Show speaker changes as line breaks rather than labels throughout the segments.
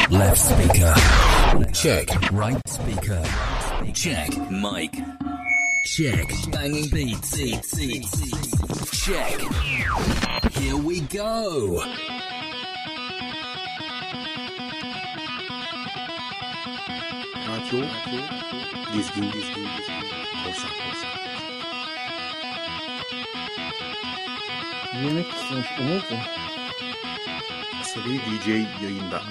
Left speaker. Check. Right speaker. Check. Mic. Check. Banging beats. Check. Here we go.
Radyo dizgin korsan.
Yemek istemiş Umut mu?
Asabi DJ yayında.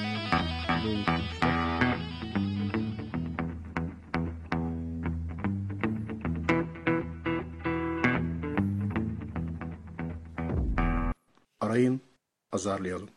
Arayın, azarlayalım.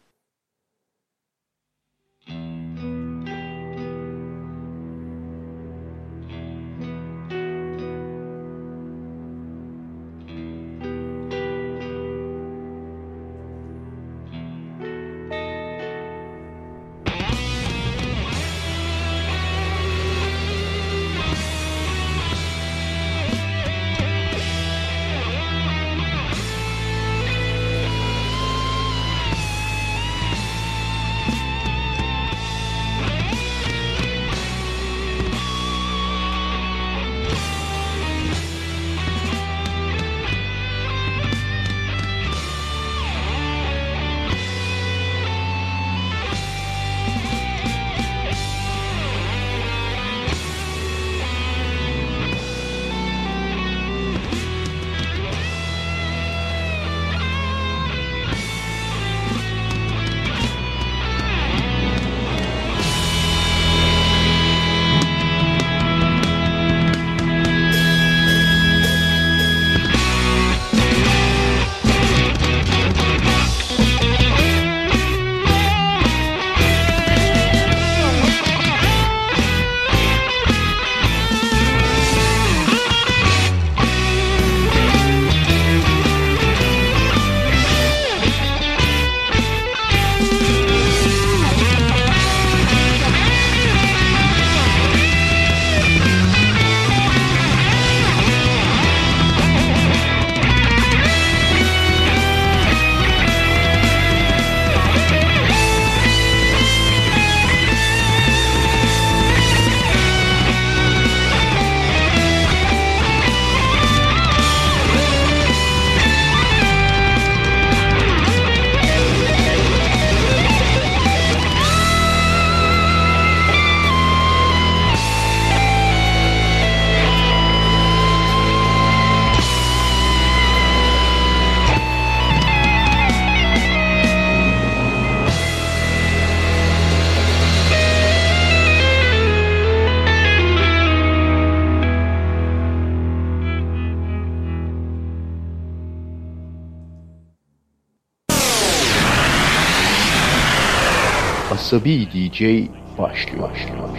Asabi DJ başlıyor.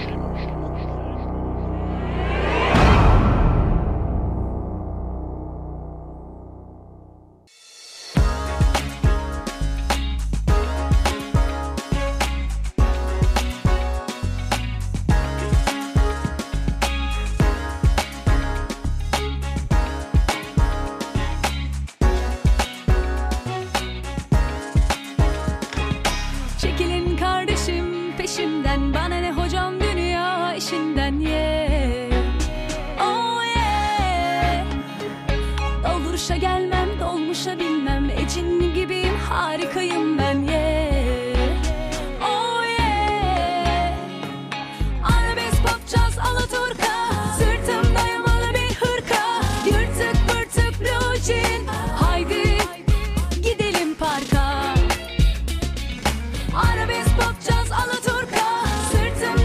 Çekilin kardeşim peşimden, bana ne hocam dünya işinden ye. Oh yeah. Dolduruşa gelmem, dolmuşa bilmem, ecinli gibiyim, harikayım ben ye. Oh yeah. Arabesk pop caz alaturka, sırtım dayamalı bir hırka, yırtık pırtık blue jean, haydi gidelim parka. Arabesk pop caz alaturka, sırtım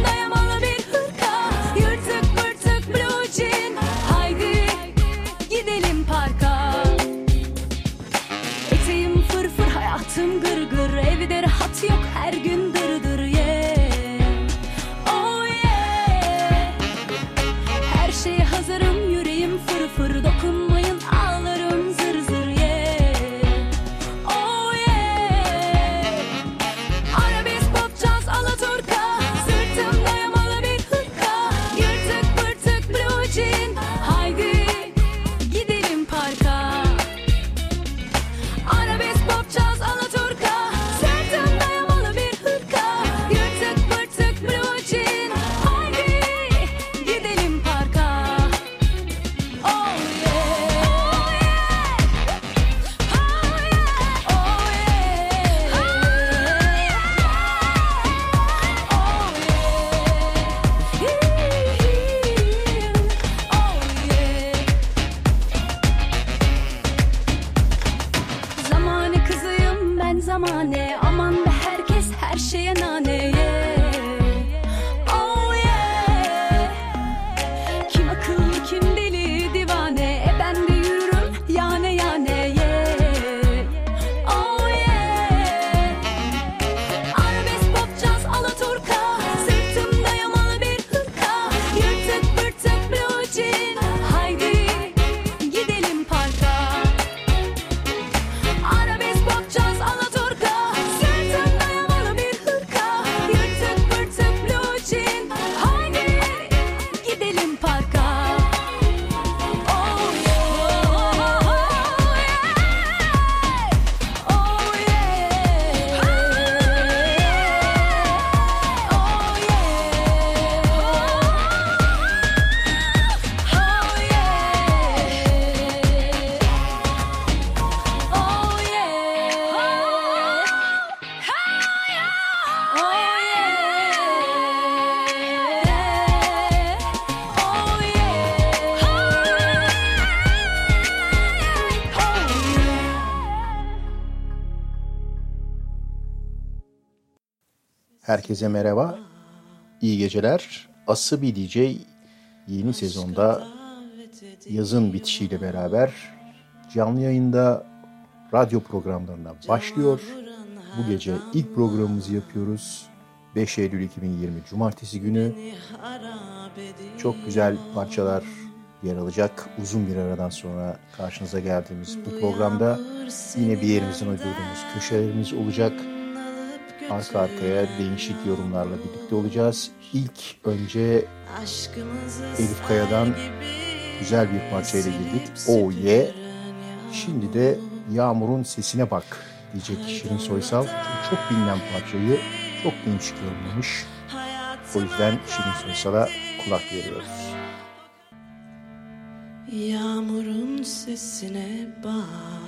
Herkese merhaba, iyi geceler. Asabi DJ yeni sezonda yazın bitişiyle beraber canlı yayında radyo programlarına başlıyor. Bu gece ilk programımızı yapıyoruz. 5 Eylül 2020 Cumartesi günü. Çok güzel parçalar yer alacak. Uzun bir aradan sonra karşınıza geldiğimiz bu programda yine bir yerimizden uydurduğumuz köşelerimiz olacak. Arka arkaya değişik yorumlarla birlikte olacağız. İlk önce Elif Kaya'dan güzel bir parçayla girdik. Oh yeah. Şimdi de Yağmur'un Sesine Bak diyecek Şirin Soysal. Çok bilinen parçayı çok değişik yorumlamış. O yüzden Şirin Soysal'a kulak veriyoruz.
Yağmurun sesine bak,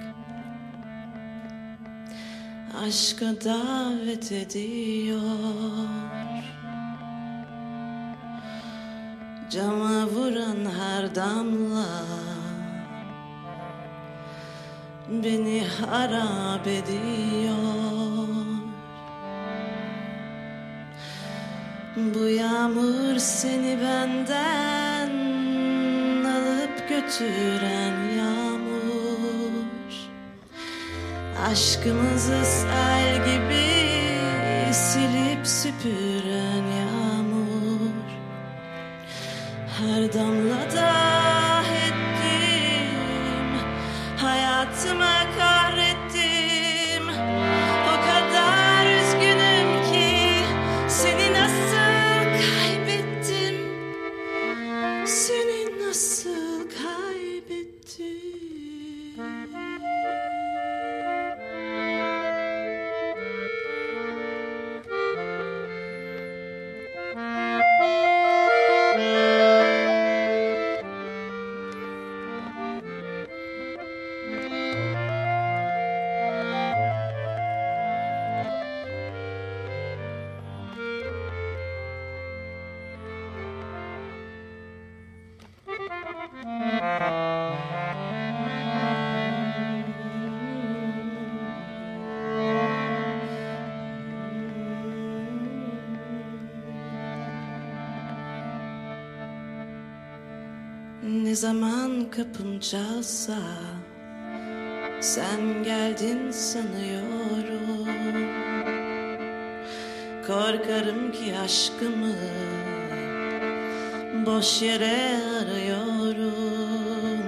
aşka davet ediyor. Cama vuran her damla beni harap ediyor. Bu yağmur seni benden alıp götüren yağmur, aşkımızı sel gibi silip süpüren yağmur. Her damlada ettim, hayatıma kahrettim. O kadar üzgünüm ki seni nasıl kaybettim, seni nasıl kaybettim. Ne zaman kapım çalsa sen geldin sanıyorum. Korkarım ki aşkımı boş yere arıyorum.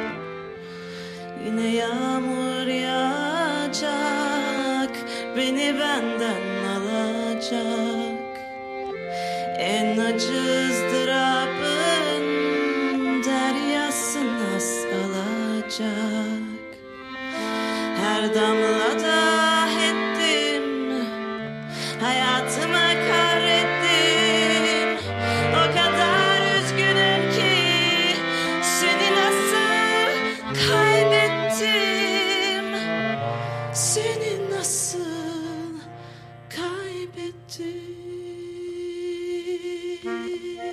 Yine yağmur yağacak, beni benden alacak. En acı ızdırabın deryasına salacak. Her damlada ettim, hayatıma kahrettim. O kadar üzgünüm ki seni nasıl kaybettim, seni nasıl kaybettim.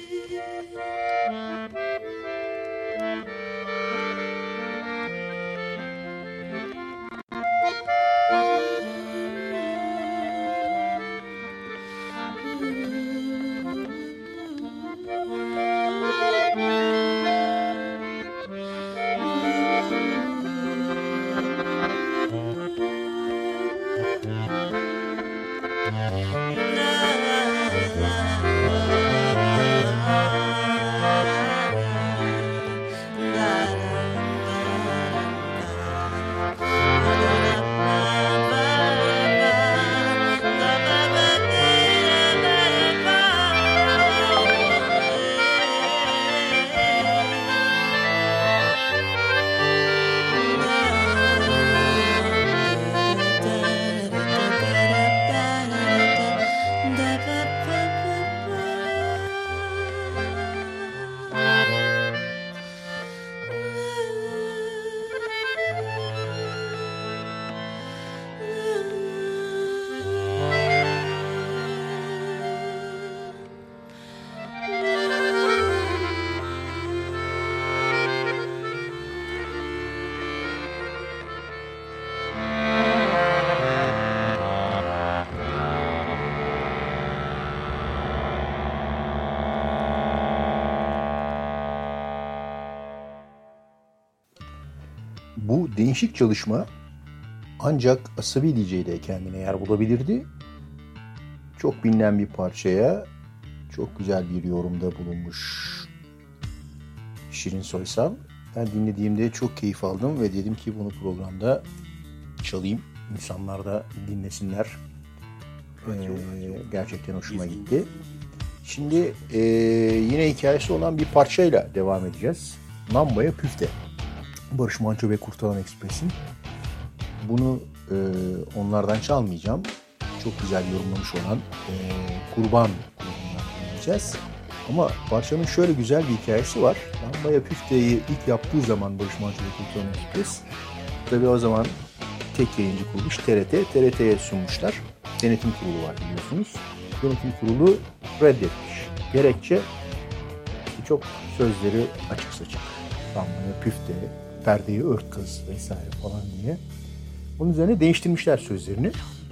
bu değişik çalışma ancak Asabi DJ'de kendine yer bulabilirdi. Çok bilinen bir parçaya çok güzel bir yorumda bulunmuş Şirin Soysal. Ben dinlediğimde çok keyif aldım ve dedim ki bunu programda çalayım. İnsanlar da dinlesinler. Gerçekten hoşuma gitti. Şimdi yine hikayesi olan bir parçayla devam edeceğiz. Lambaya Püfte. Barış Manço ve Kurtalan Ekspres'in. Bunu onlardan çalmayacağım. Çok güzel yorumlamış olan Kurban grubundan dinleyeceğiz. Ama parçanın şöyle güzel bir hikayesi var. Lambaya Püfte'yi ilk yaptığı zaman Barış Manço ve Kurtalan Ekspres, tabii o zaman tek yayıncı kuruluş TRT. TRT'ye sunmuşlar. Denetim kurulu var biliyorsunuz. Denetim kurulu reddetmiş. Gerekçe çok sözleri açık saçık. Lambaya Püfte, perdeyi ört kız vesaire falan diye. Bunun üzerine değiştirmişler sözlerini.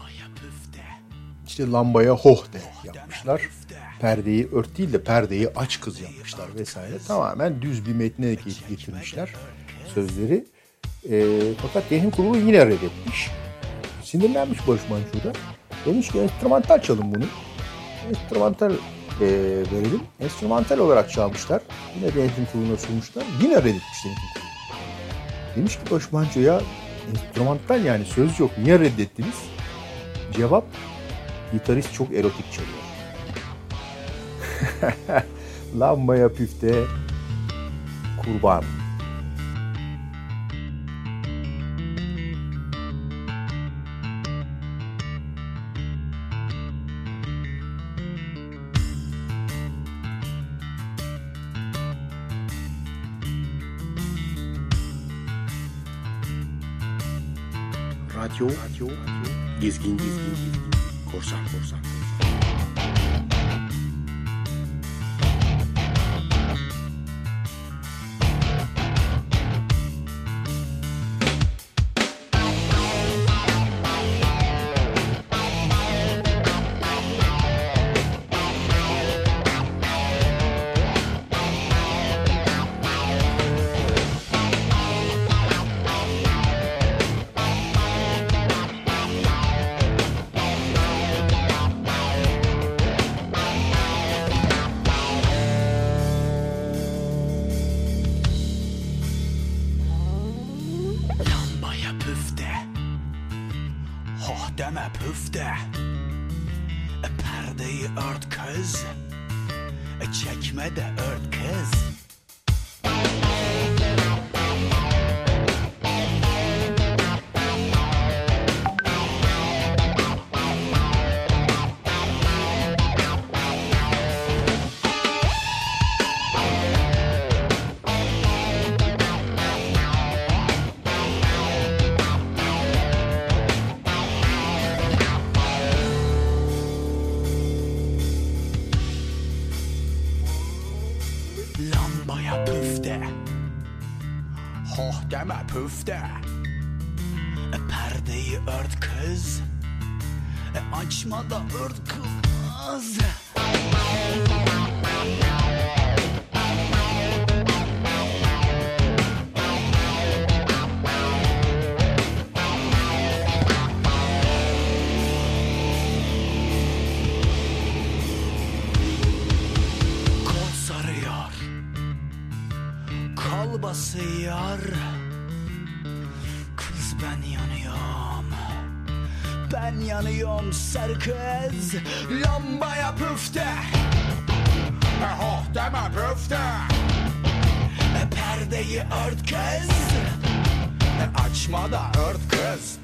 İşte lambaya hoh de yapmışlar. Perdeyi ört değil de perdeyi aç kız yapmışlar vesaire. Tamamen düz bir metne getirmişler sözleri. Fakat denetim kurulu yine reddetmiş. Sinirlenmiş Barış Manço da. Demiş ki enstrümantal çalın bunu. Enstrümantal verelim. Enstrümantal olarak çalmışlar. Yine denetim kuruluna sunmuşlar. Yine reddetmiş denetim kurulu. Demiş ki Barış Manço'ya enstrümantal yani söz yok. Niye reddettiniz? Cevap, gitarist çok erotik çalıyor. Lambaya Püfte, Kurban.
Radyo, gezgin, korsan.
Deme püfte, perdeyi ört kız, çekme de ört kız. Lambaya püfte, hoh deme püfte, perdeyi ört kız, açma da ört kız. Kol basıyor, kız ben yanıyorum, ben yanıyorum sarı kız. Lambaya püfte, hoh deme püfte, perdeyi ört kız, açma da ört kız.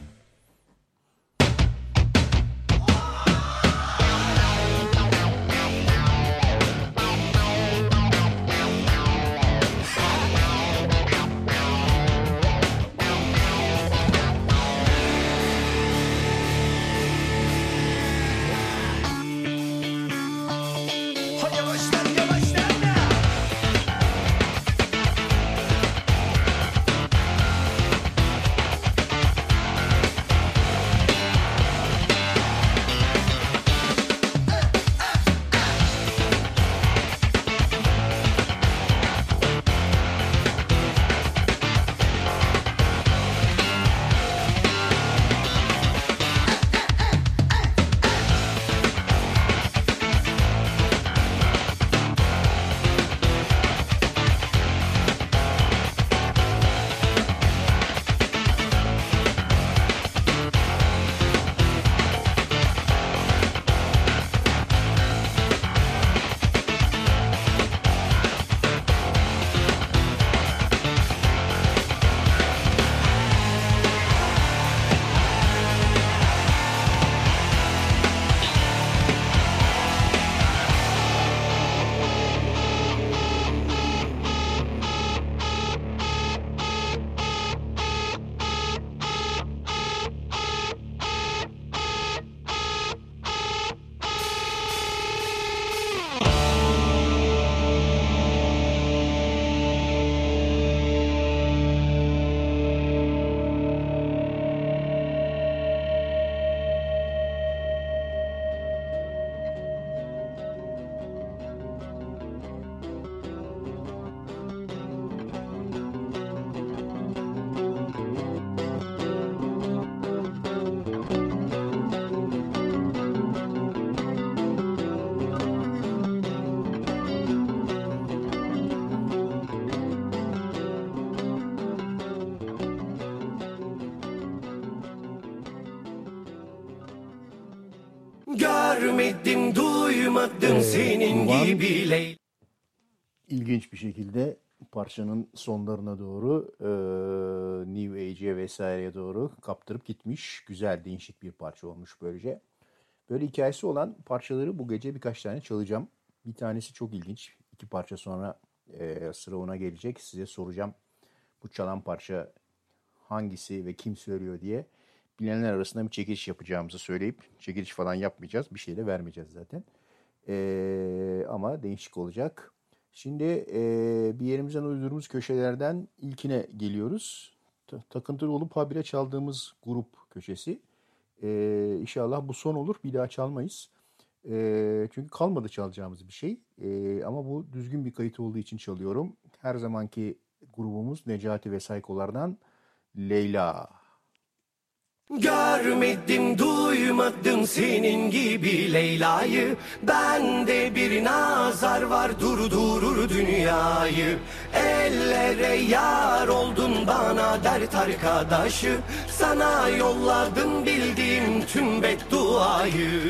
Görmedim, duymadım senin gibi Leyla.
İlginç bir şekilde parçanın sonlarına doğru New Age'e vesaireye doğru kaptırıp gitmiş. Güzel, değişik bir parça olmuş böylece. Böyle hikayesi olan parçaları bu gece birkaç tane çalacağım. Bir tanesi çok ilginç. 2 parça sonra sıra ona gelecek. Size soracağım bu çalan parça hangisi ve kim söylüyor diye. Bilenler arasında bir çekiliş yapacağımızı söyleyip, çekiliş falan yapmayacağız. Bir şey de vermeyeceğiz zaten. Ama değişik olacak. Şimdi bir yerimizden uydurduğumuz köşelerden ilkine geliyoruz. Takıntılı olup habire çaldığımız grup köşesi. İnşallah bu son olur. Bir daha çalmayız. Çünkü kalmadı çalacağımız bir şey. Ama bu düzgün bir kayıt olduğu için çalıyorum. Her zamanki grubumuz Necati ve Saykolar'dan Leyla.
Görmedim, duymadım senin gibi Leyla'yı. Bende bir nazar var, durdurur dünyayı. Ellere yar oldun, bana dert arkadaşı. Sana yolladım bildiğim tüm bedduayı.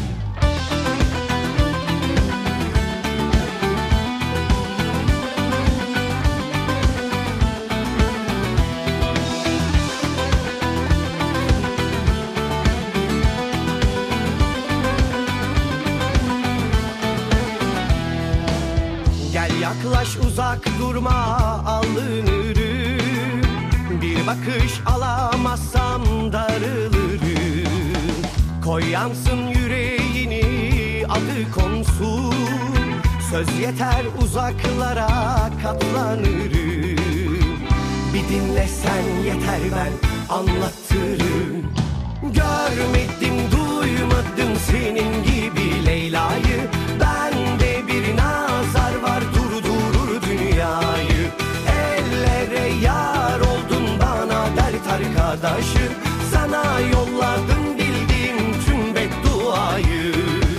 Yaklaş, uzak durma, alınırım. Bir bakış alamazsam darılırım. Koy yansın yüreğini, adı konsun. Söz yeter, uzaklara katlanırım. Bir dinlesen yeter, ben anlatırım. Görmedim, duymadım senin gibi Leyla'yı. Bende bir nazar var, durdurur dünyayı. Ellere yar oldun, bana dert arkadaşı. Sana yolladım bildiğim tüm bedduayı.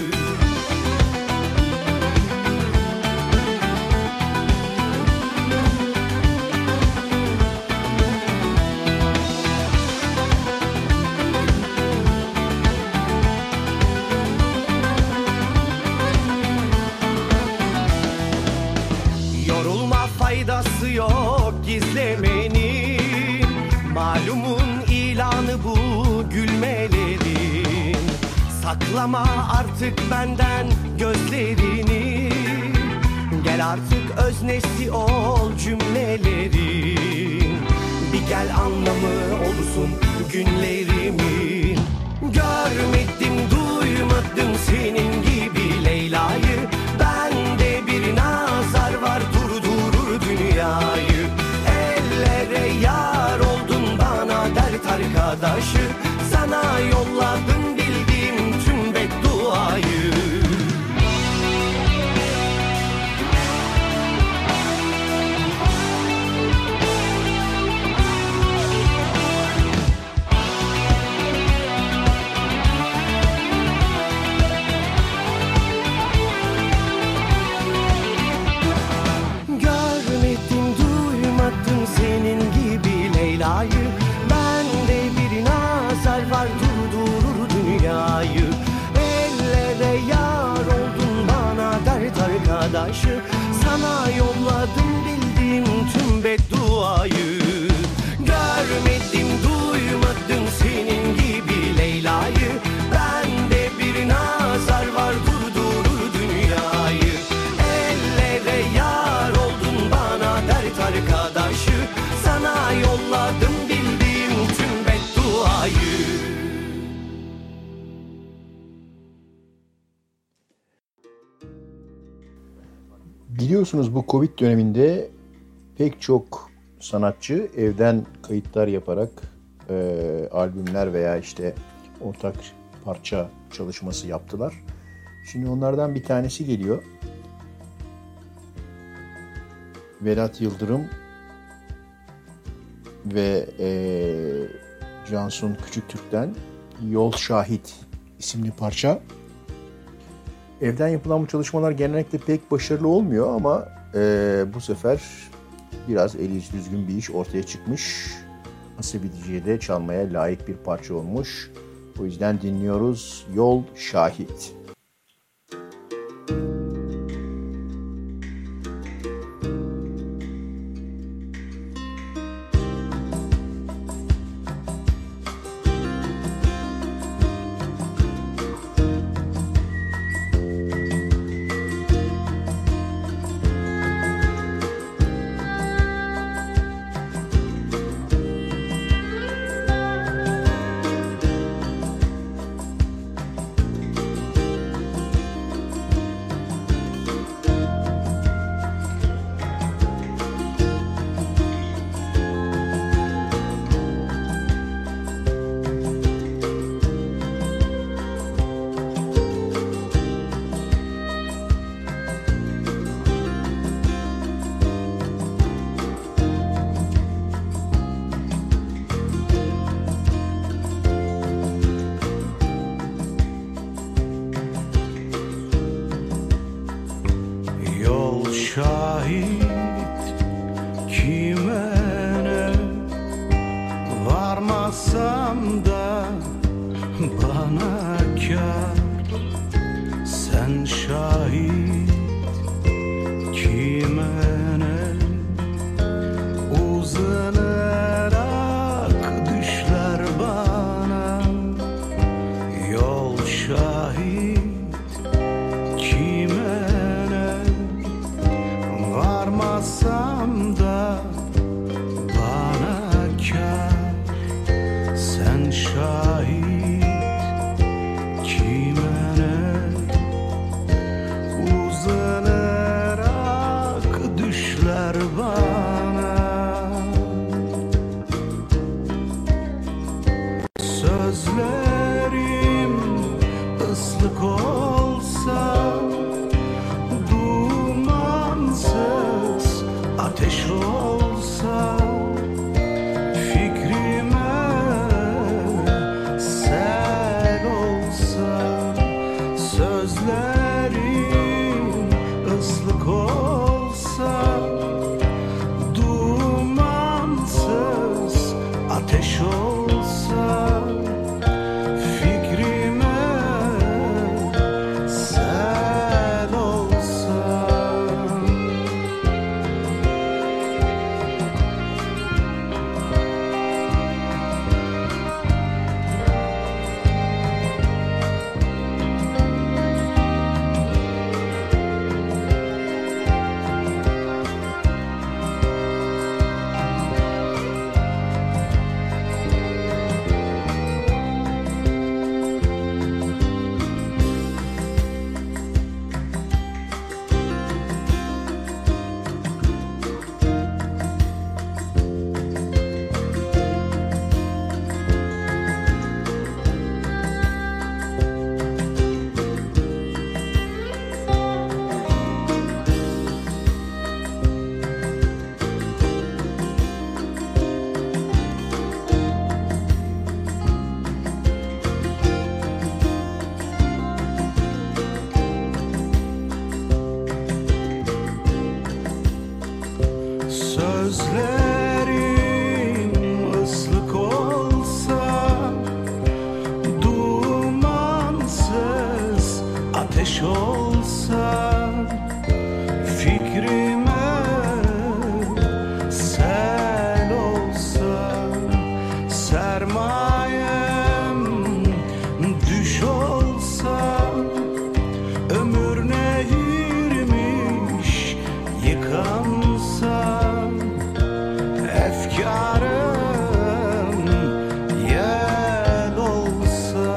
Faydası yok gizlemenin. Malumun ilanı bu gülmelerin. Saklama artık benden gözlerini. Gel artık öznesi ol cümlelerin. Bir gel anlamı olsun günlerimin. Görmedim, duymadım senin gibi Leyla'yı. Bende bir nazar var, durdurur dünyayı. Ellere yar oldun, bana dert arkadaşı. Sana yolladım bildiğim tüm bedduayı. Bende bir nazar var, durdurur dünyayı. Ellere yar oldun, bana dert arkadaşı. Sana yolladım bildiğim tüm bedduayı. Görmedim, duymadım senin gibi Leyla'yı. Bende bir nazar var, durdurur dünyayı. Ellere yar oldun, bana dert arkadaşı. Sana yolladım bildiğim tüm bedduayı.
Biliyorsunuz bu Covid döneminde pek çok sanatçı evden kayıtlar yaparak albümler veya işte ortak parça çalışması yaptılar. Şimdi onlardan bir tanesi geliyor. Vedat Yıldırım ve Cansun Küçüktürk'ten Yol Şahit isimli parça. Evden yapılan bu çalışmalar genellikle pek başarılı olmuyor ama bu sefer biraz eli düzgün bir iş ortaya çıkmış. Asabi DJ'de de çalmaya layık bir parça olmuş. O yüzden dinliyoruz Yol Şahit.
şahit kime ne, varmasam da bana kâr. Sen şahit kime ne, uzanarak düşler bana yol. Şahit kime ne, varmasam da bana kâr. Sen şahit kime ne, uzanarak düşler bana. Sözlerim ıslık olsa, dumansız ateş olsa, fikrime sel olsa. Sözlerim ıslık olsa, dumansız ateş olsa, fikrime sel olsa. Sözlerim ıslık olsa, dumansız ateş olsa, fikrime sel olsa. Sermayem düş olsa, ömür nehirmiş yıkansa, efkarım yel olsa.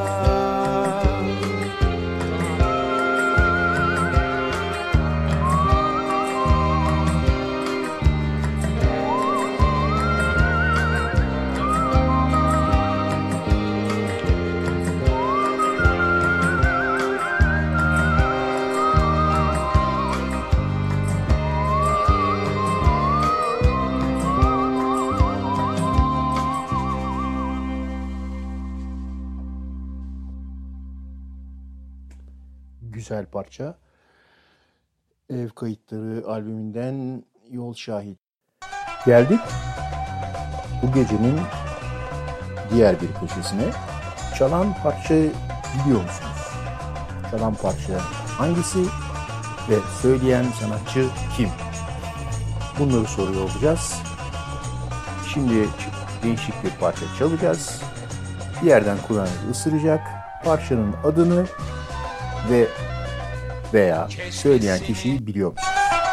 Güzel parça. Ev Kayıtları albümünden Yol Şahit. Geldik bu gecenin diğer bir köşesine. Çalan parça biliyor musunuz? Çalan parça hangisi ve söyleyen sanatçı kim? Bunları soruyor olacağız. Şimdi değişik bir parça çalacağız. Bir yerden kulağınızı ısıracak. Parçanın adını ve veya söyleyen kişiyi biliyor musunuz?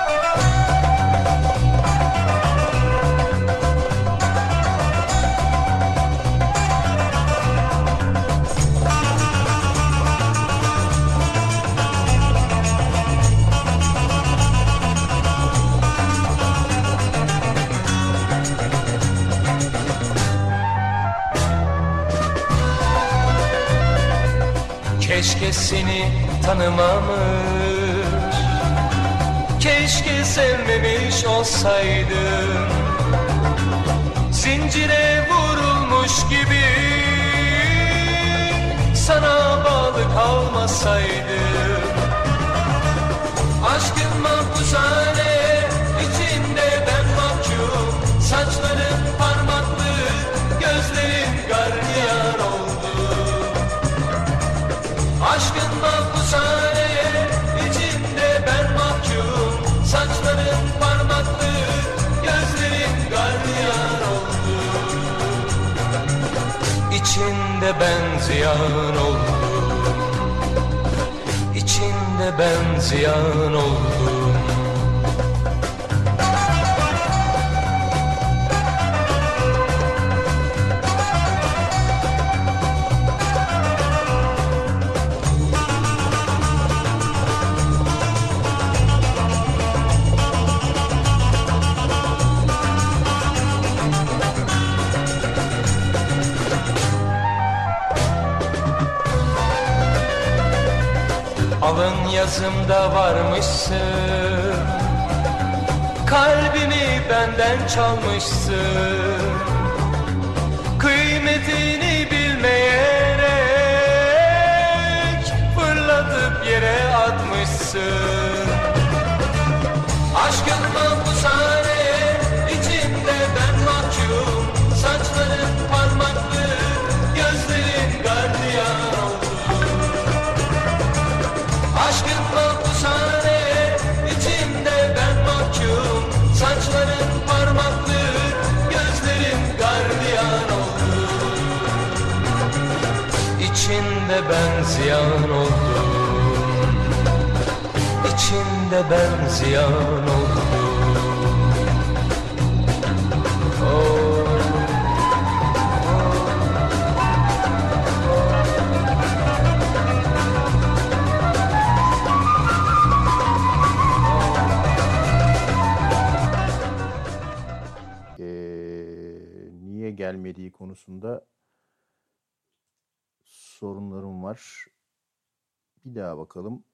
Keşke seni tanımamış, keşke sevmemiş olsaydım. Zincire vurulmuş gibi sana bağlı kalmasaydım. Aşkın mahpushane ziyan oldum. İçinde ben ziyan oldum. Alın yazımda varmışsın, kalbimi benden çalmışsın. Kıymetini bilmeyerek fırlatıp yere atmışsın. Aşkın mahpushane, içinde ben mahkum. Saçların parmaklı, gözlerin gardiyan oldu. Aşkın mahpushane, içinde ben mahkum. Saçların parmaklı, gözlerin gardiyan oldu. İçinde ben ziyan oldum. İçinde ben ziyan oldum.
Niye gelmediği konusunda sorunlarım var. Bir daha bakalım.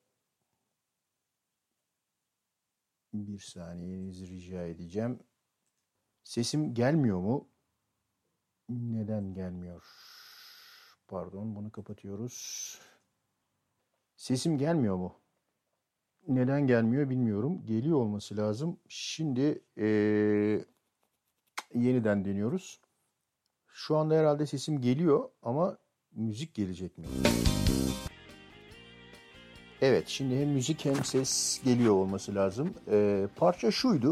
Bir saniyenizi rica edeceğim. Sesim gelmiyor mu? Neden gelmiyor? Pardon, bunu kapatıyoruz. Sesim gelmiyor mu? Neden gelmiyor bilmiyorum. Geliyor olması lazım. Şimdi yeniden deniyoruz. Şu anda herhalde sesim geliyor ama müzik gelecek mi? Evet, şimdi hem müzik hem ses geliyor olması lazım. Parça şuydu.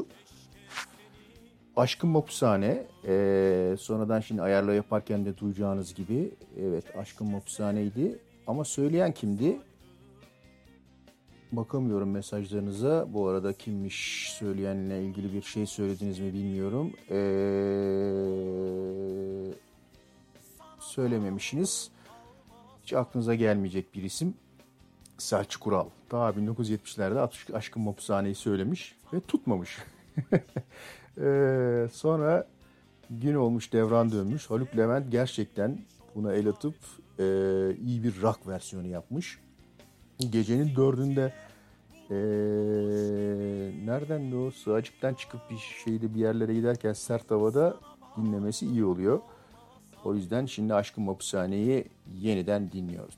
Aşkın Mahpushane. Sonradan şimdi ayarla yaparken de duyacağınız gibi. Evet, Aşkın Mahpushane'ydi. Ama söyleyen kimdi? Bakamıyorum mesajlarınıza. Bu arada kimmiş, söyleyenle ilgili bir şey söylediniz mi bilmiyorum. Söylememişsiniz. Hiç aklınıza gelmeyecek bir isim. Selçuk Ural. Daha 1970'lerde Aşkın Mahpushane'yi söylemiş ve tutmamış. Sonra gün olmuş, devran dönmüş. Haluk Levent gerçekten buna el atıp iyi bir rock versiyonu yapmış. Gecenin 4'ünde nereden de o Sığacık'tan çıkıp bir yerlere giderken sert havada dinlemesi iyi oluyor. O yüzden şimdi Aşkın Mahpushane'yi yeniden dinliyoruz.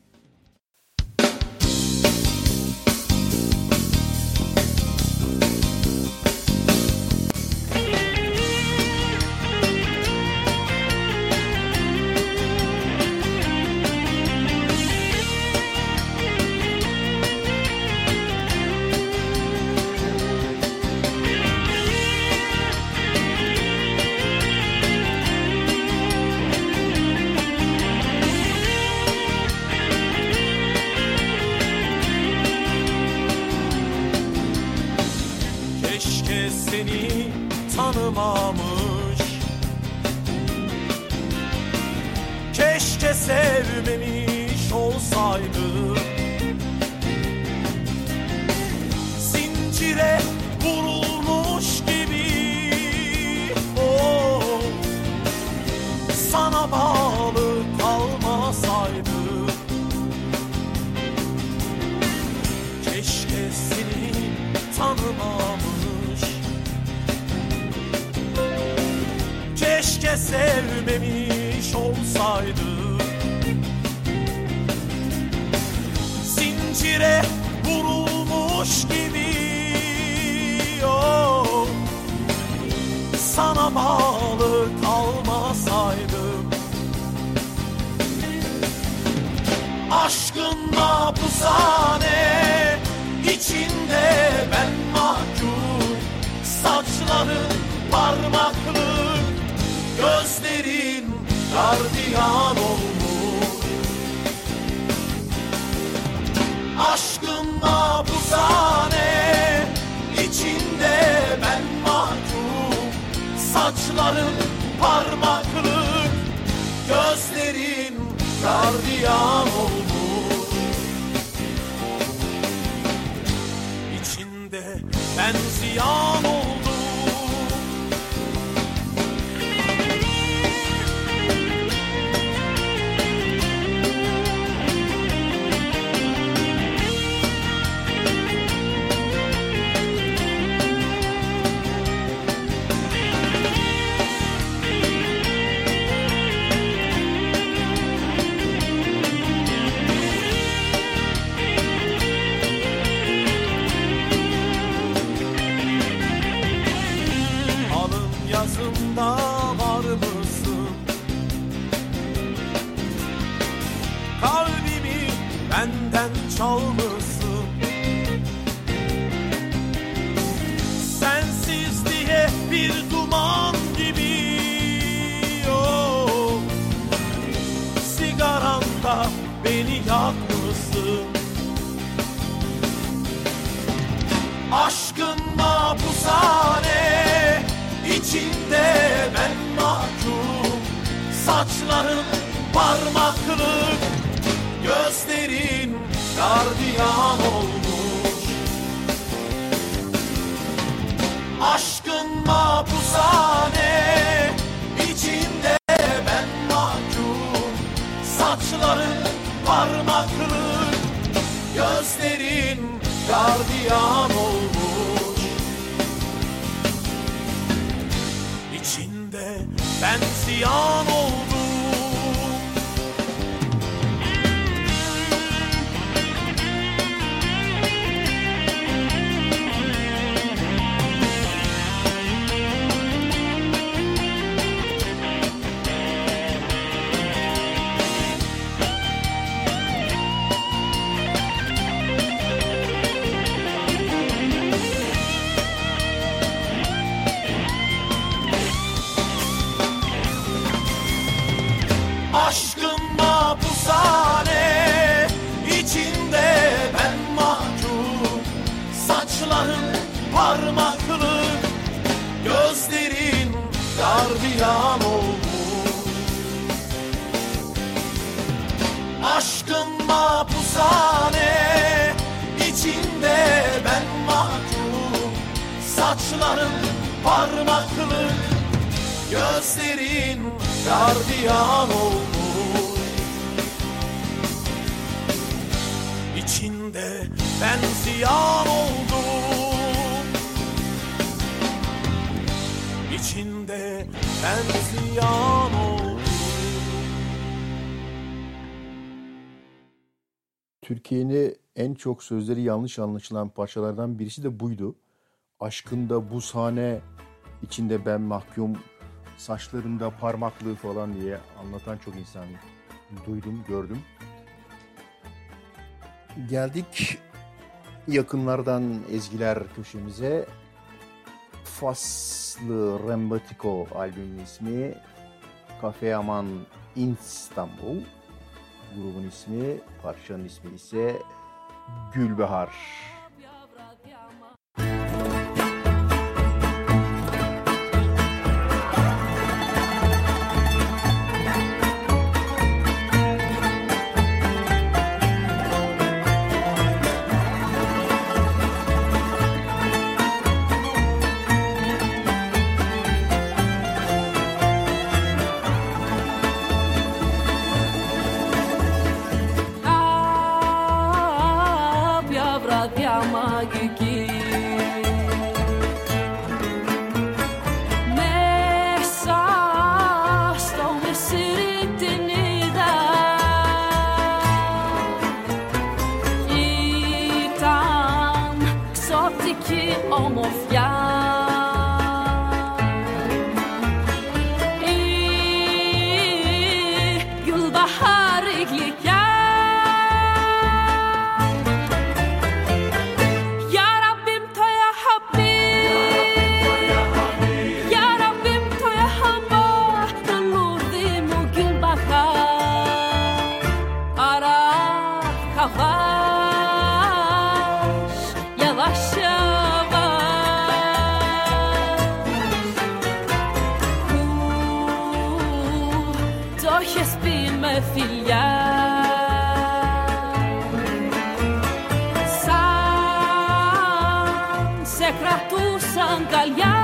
tanımamış. Keşke sevmemiş olsaydım. Zincire vurulmuş gibi oh, sana bağlı kalmasaydım. Keşke seni tanımamış. Keşke sevmemiş olsaydım. Zincire vurulmuş gibi oh, sana bağlı kalmasaydım. Aşkın mahpushane, içinde ben mahkum. Saçların parmaklık, gözlerin gardiyan olmuş. Aşkın mahpushane, içinde ben mahkum. Saçların parmaklık, gözlerin gardiyan olmuş. İçinde ben ziyan oldum. Yazımda var mısın? Kalbimi benden çalmışsın. Sensiz diye bir duman gibi, oh. Sigaranda beni yakmışsın. Aşkın mahpushane, İçinde ben mahkum. Saçların parmaklık, gözlerin gardiyan olmuş. Aşkın mahpushane, içinde ben mahkum. Saçların parmaklık, gözlerin gardiyan olmuş. İçinde ben ziyan oldum. Aşkın mahpushane, içinde ben mahkum. Saçların parmaklık, gözlerin gardiyan olmuş. Aşkın mahpushane, içinde ben mahkum. Saçların parmaklık, gözlerin gardiyan olmuş. İçinde ben ziyan oldum. İçinde ben ziyan oldum.
Türkiye'nin en çok sözleri yanlış anlaşılan parçalardan birisi de buydu. Aşkında buzhane, içinde ben mahkum, saçlarında parmaklığı falan diye anlatan çok insan duydum, gördüm. Geldik yakınlardan ezgiler köşemize. Faslı Rembatico albümün ismi, Cafe Aman İstanbul grubun ismi, parçanın ismi ise Gülbahar.
esprime figlia. San secretu san gallia.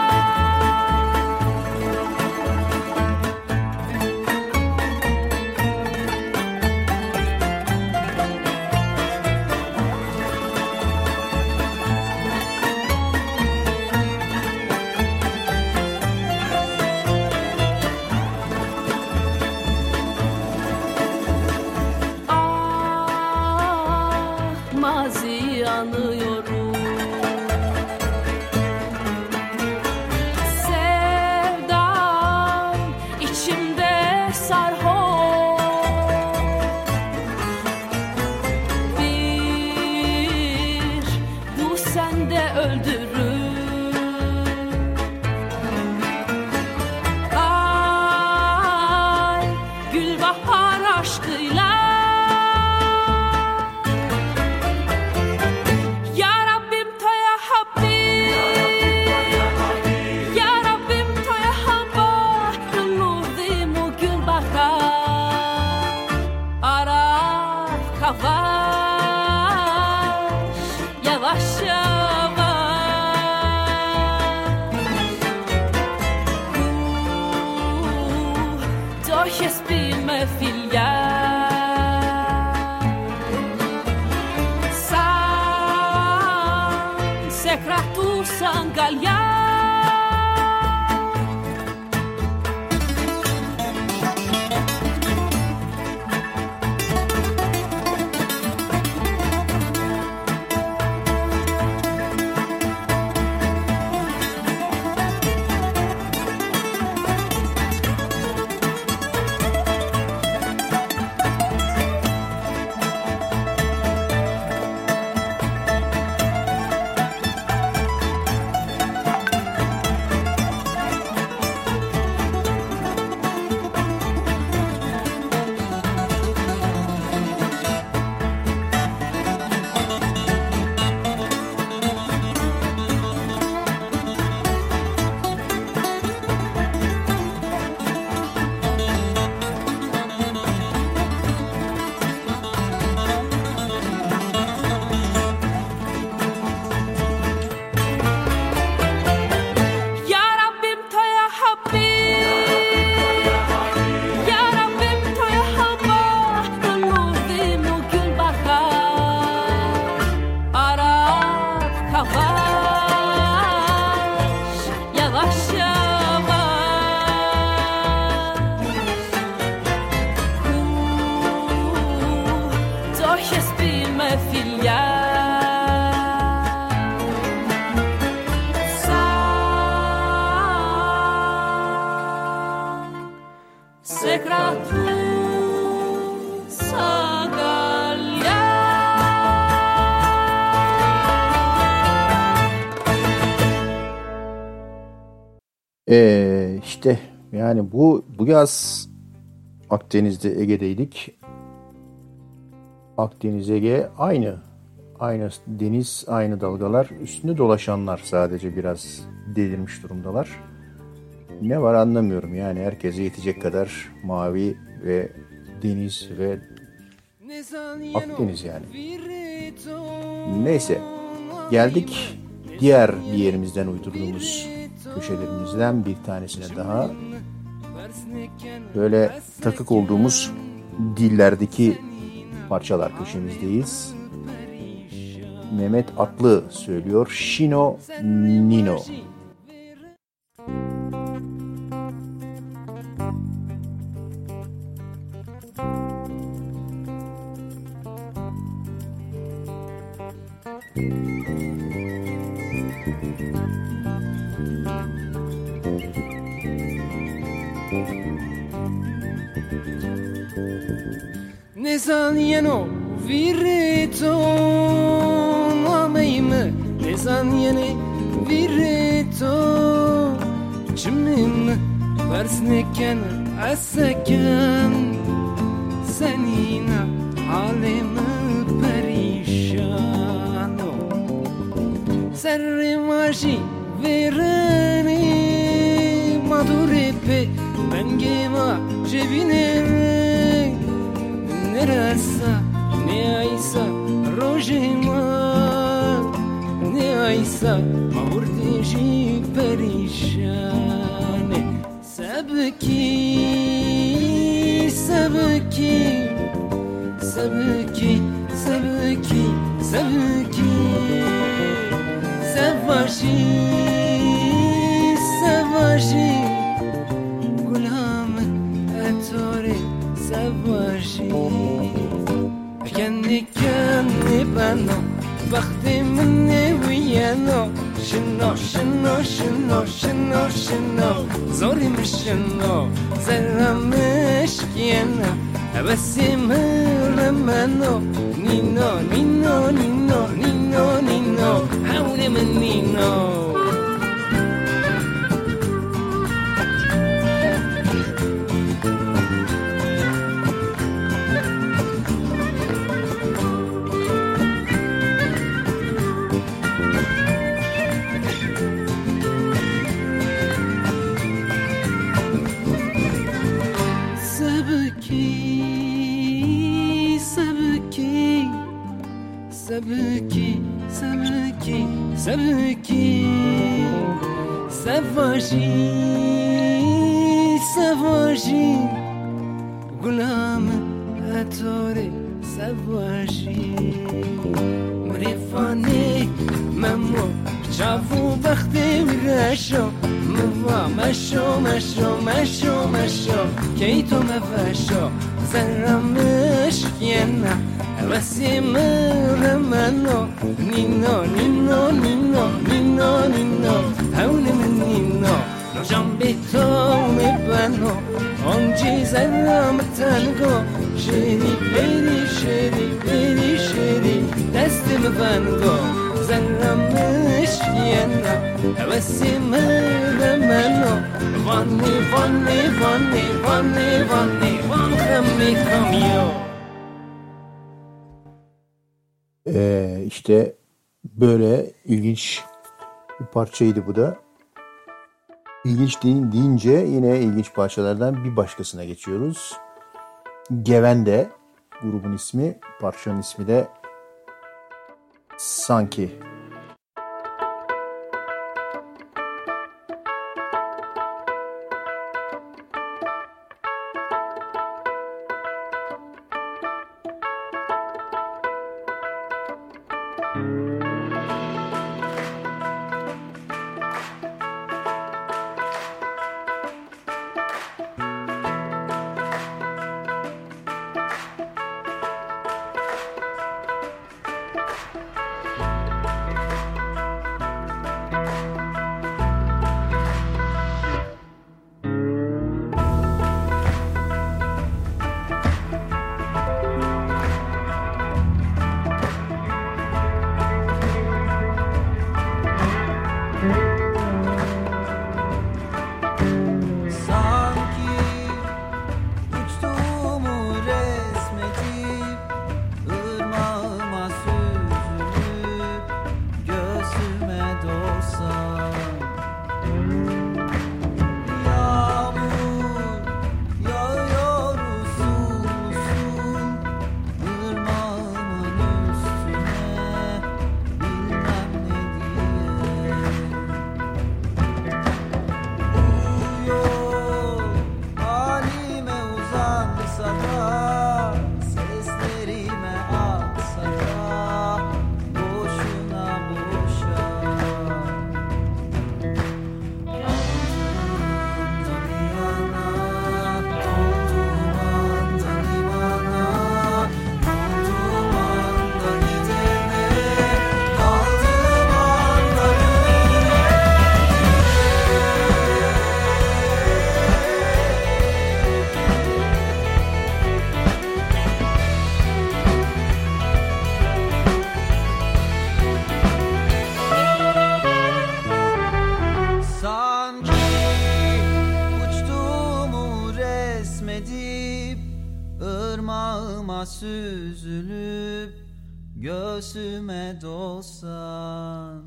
Anıyorum. Sevdam içimde sarhoş. Bir bu sende öldürür. Ay gülbahar aşkıyla. Yavaş yavaş Doch esprime figlia. San secretu san gallia.
İşte yani bu yaz Akdeniz'de, Ege'deydik. Akdeniz, Ege aynı deniz, aynı dalgalar. Üstünde dolaşanlar sadece biraz delirmiş durumdalar. Ne var anlamıyorum yani, herkese yetecek kadar mavi ve deniz ve Akdeniz yani. Neyse, geldik diğer bir yerimizden uydurduğumuz köşelerimizden bir tanesine daha. Böyle takık olduğumuz dillerdeki parçalar köşemizdeyiz. Mehmet Atlı söylüyor. Şino Nino.
Ne zanieno virito ameime ne zaniene virito çimim versneken asken senina halime perişano serrimaji vereni madurepe bengema cebine نرسا نیایسا روژمان نیایسا مهوردیجی پریشانه سبکی سبکی سبکی سبکی سبکی سباشی سباشی گلام اتوری سباشی کنی کنی بنا وقتی منی ویانو شنو شنو شنو شنو شنو زوری مشنو زرمش کینا بسی مرمنو نینو نینو نینو نینو نینو حول من نینو سبکی سبکی سبکی سواشی سواشی غلام اتوری سواشی مرفانی ممو چافو بختی ورشو موا مشو مشو مشو مشو کی تو مفشو زرمش کینا وسی مرمنو نینو نینو نینو نینو نینو حول من نینو نوشم بی تو میبنو آنجی زرم تنگو شیری بیری شیری بیری شیری دست مبنگو زرمش کینا وسی مرمنو وانی وانی وانی وانی وانی وان خمی کمیو.
İşte böyle ilginç bir parçaydı bu da. İlginç deyince yine ilginç parçalardan bir başkasına geçiyoruz. Gevende grubun ismi, parçanın ismi de Sanki.
ırmağıma süzülüp göğsüme dolsan.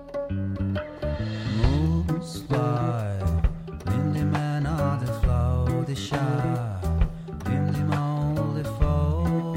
Moonspy, bim die Männer, der Frau, die Schar, bim die Maul, der Frau.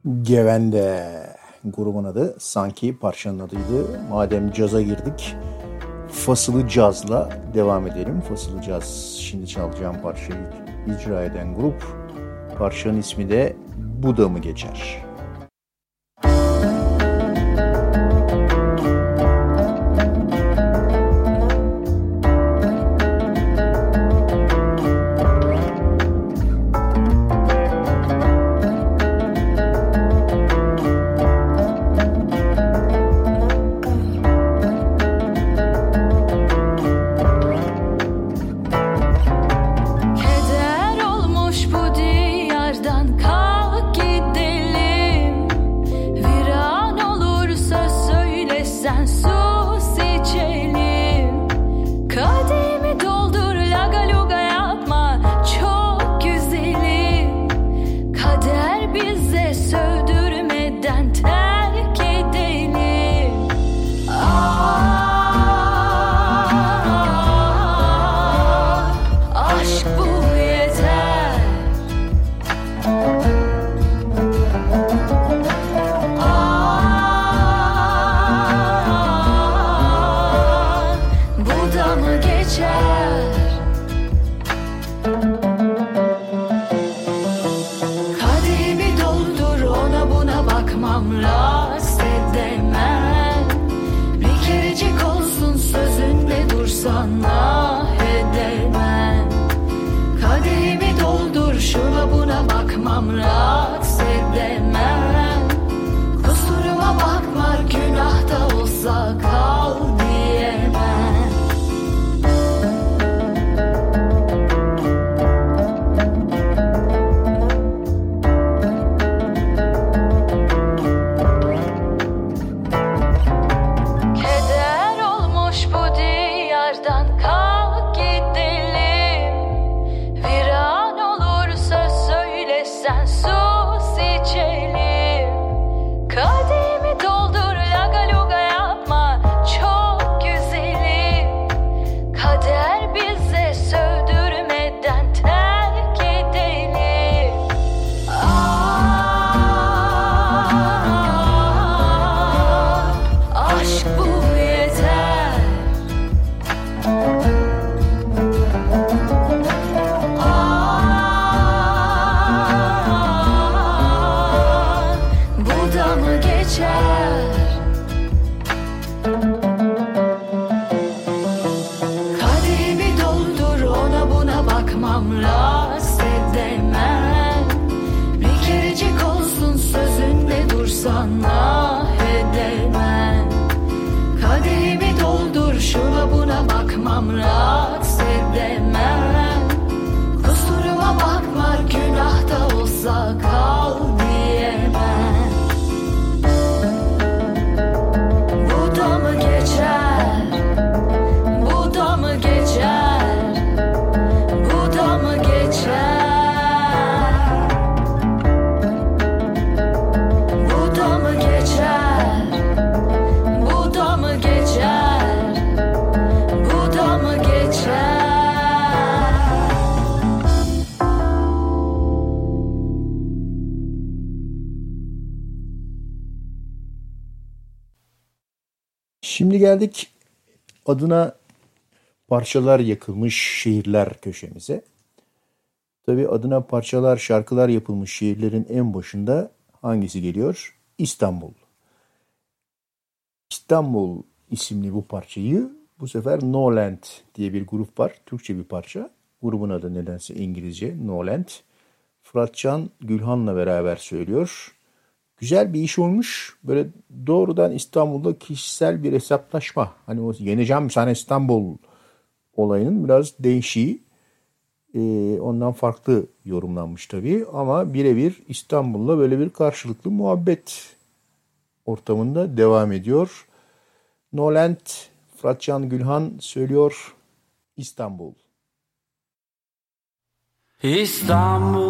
Gevende grubun adı, sanki parçanın adıydı. Madem caza girdik, Fasılı Caz'la devam edelim. Fasılı Caz şimdi çalacağım parçayı icra eden grup. Parçanın ismi de Bu Da Mı Geçer? Şimdi geldik adına parçalar yakılmış şehirler köşemize. Tabii adına parçalar, şarkılar yapılmış şehirlerin en başında hangisi geliyor? İstanbul. İstanbul isimli bu parçayı bu sefer No Land diye bir grup var. Türkçe bir parça. Grubun adı nedense İngilizce No Land. Fıratcan Gülhan'la beraber söylüyor. Güzel bir iş olmuş. Böyle doğrudan İstanbul'da kişisel bir hesaplaşma. Hani o yeneceğim sana İstanbul olayının biraz değişiği. Ondan farklı yorumlanmış tabii. Ama birebir İstanbul'la böyle bir karşılıklı muhabbet ortamında devam ediyor. No Land, Fıratcan Gülhan söylüyor İstanbul.
İstanbul,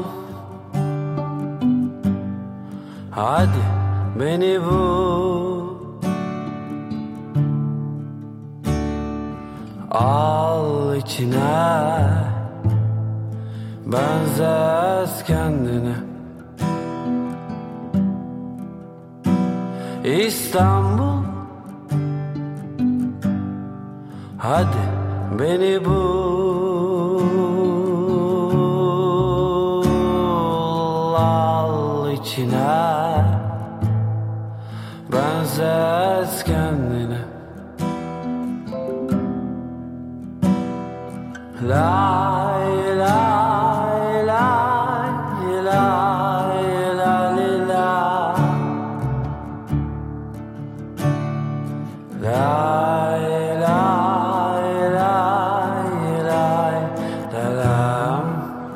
hadi beni bul, al içine, benzet kendine. İstanbul, hadi beni bul, al içine, benzet kendine. Lay lay lay lay lay lay, lay lay lay lay, dalam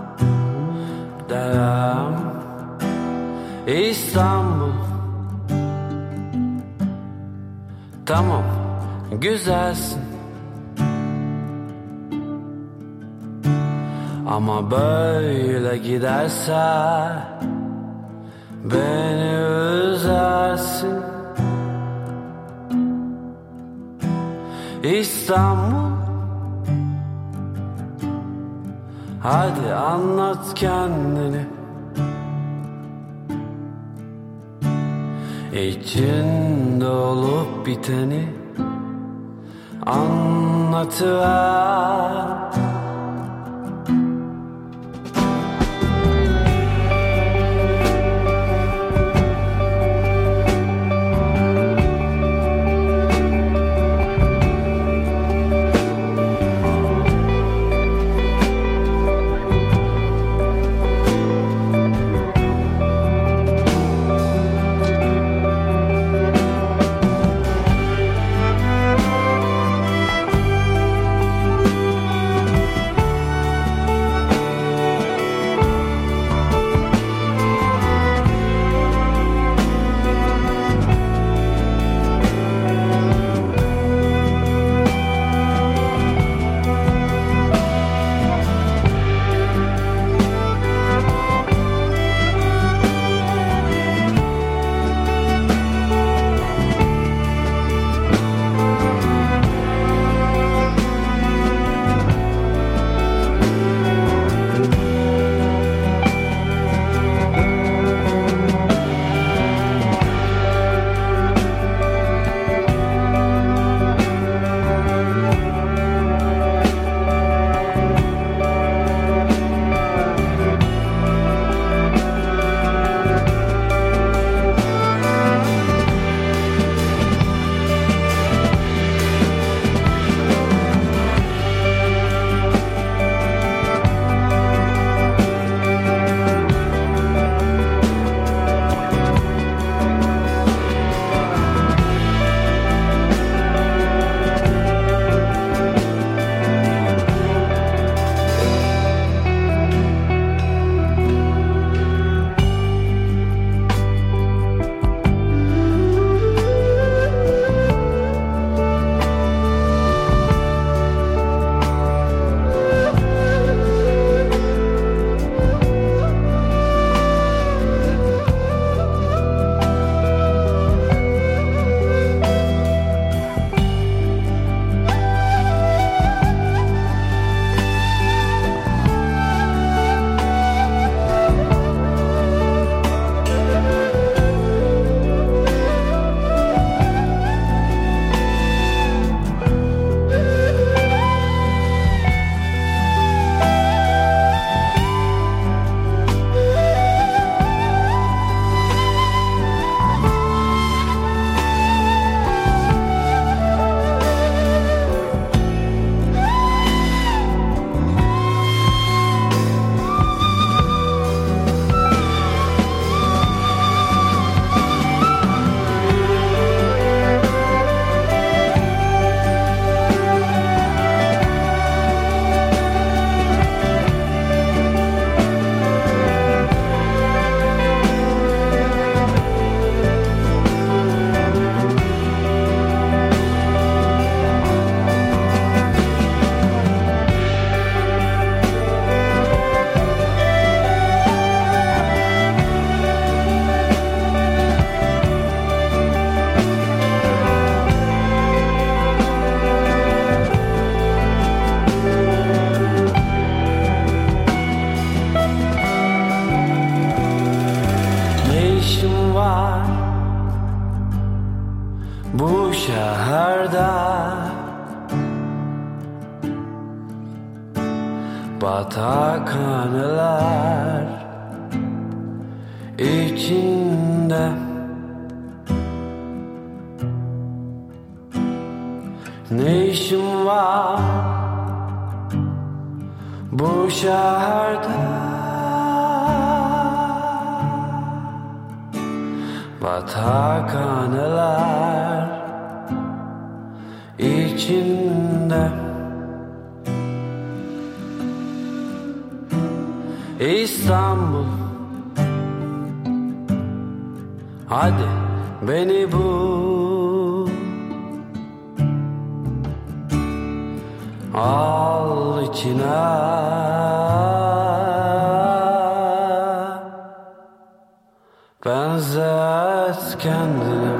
dalam İstanbul. Tamam, güzelsin ama böyle giderse beni üzersin. İstanbul, hadi anlat kendini. İçinde olup biteni anlatıver. batakhaneler içinde. Ne işim var bu şehirde? Batakhaneler içinde. İstanbul, hadi beni bul, al içine, benzet kendini.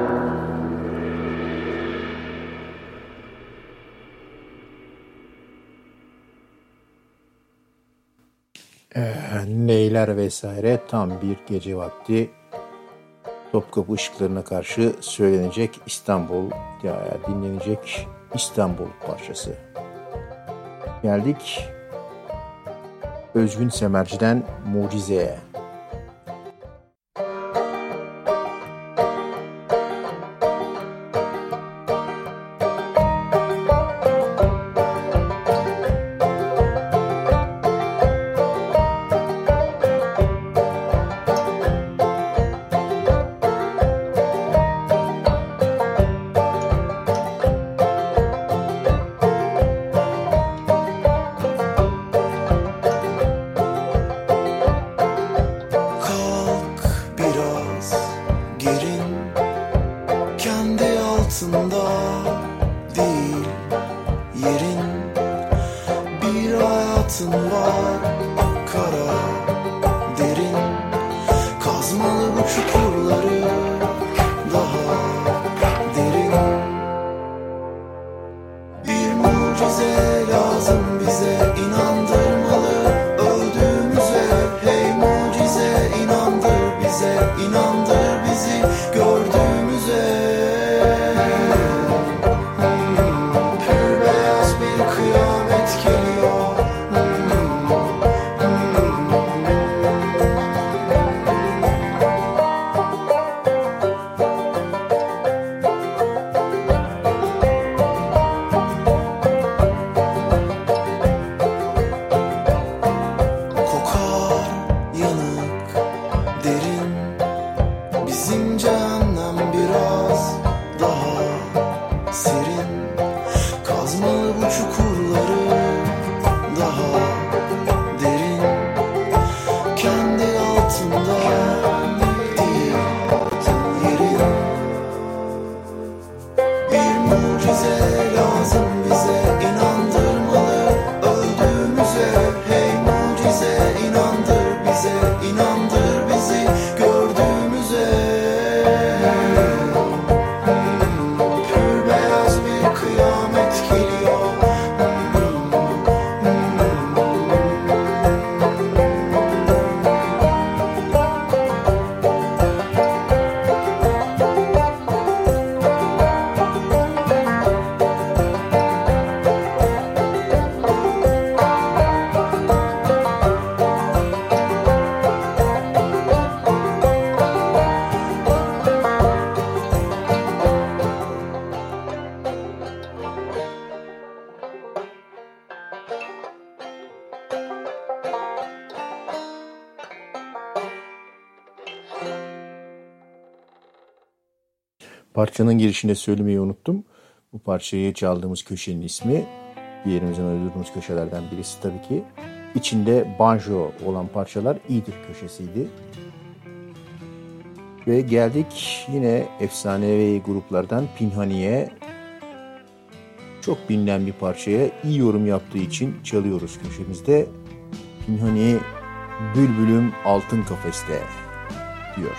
Neyler vesaire, tam bir gece vakti Topkapı ışıklarına karşı söylenecek İstanbul, dinlenecek İstanbul parçası. Geldik Özgün Semerci'den Mucize'ye. Parçanın girişinde söylemeyi unuttum. Bu parçayı çaldığımız köşenin ismi, bir yerimizden uydurduğumuz köşelerden birisi tabii ki. İçinde banjo olan parçalar iyidir köşesiydi. Ve geldik yine efsanevi gruplardan Pinhani'ye. Çok bilinen bir parçaya iyi yorum yaptığı için çalıyoruz köşemizde. Pinhani, bülbülüm altın kafeste diyor.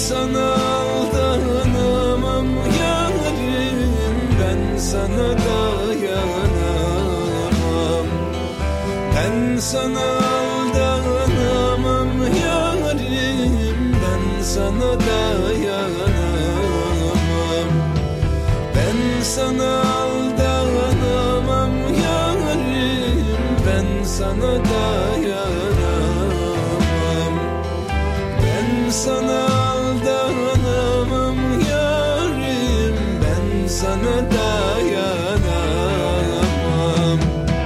sana aldanamam yarim, ben sana dayanamam. Ben sana aldanamam yarim, ben sana dayanamam. Ben sana aldanamam yarim, ben sana dayanamam. Ben sana aldanamam yarim, ben sana dayanamam.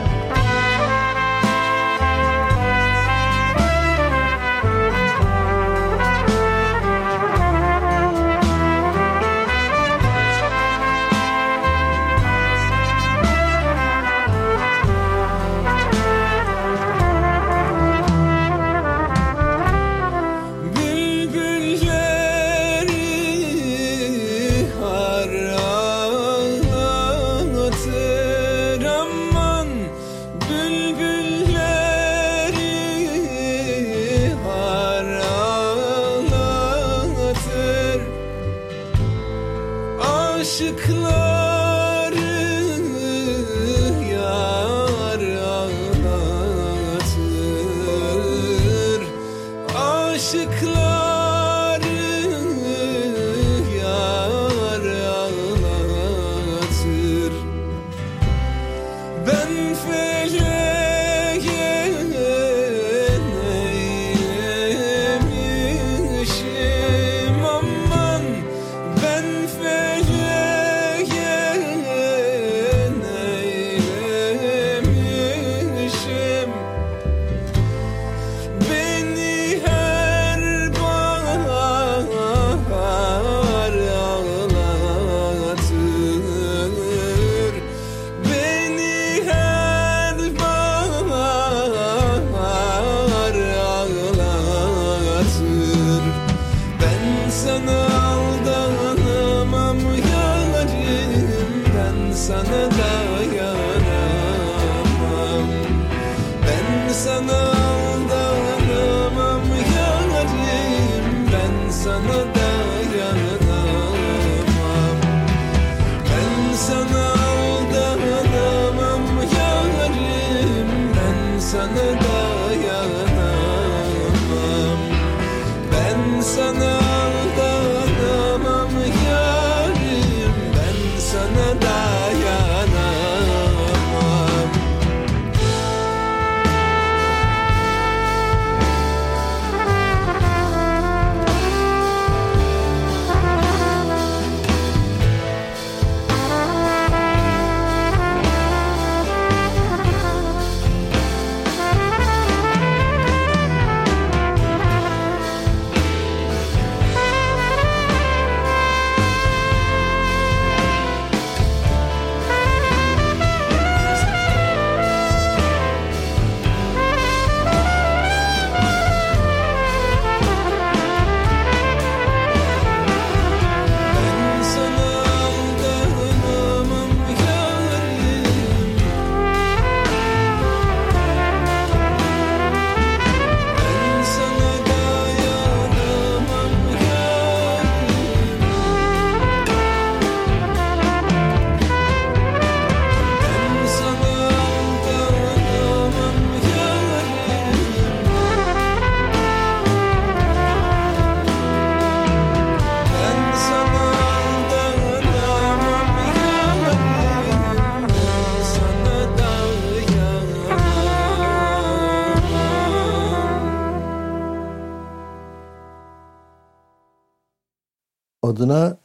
Adına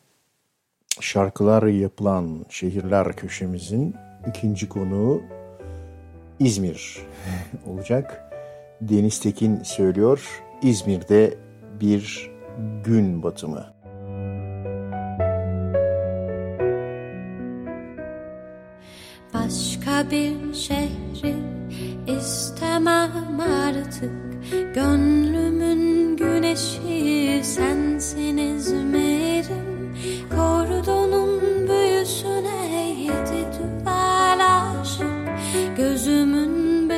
şarkılar yapılan şehirler köşemizin ikinci konuğu İzmir olacak. Deniz Tekin söylüyor, İzmir'de bir gün batımı.
Başka bir şehri istemem artık. Gönlümün güneşi sensin İzmir'im. Kordonun büyüsüne yedi düvel aşık. Gözümün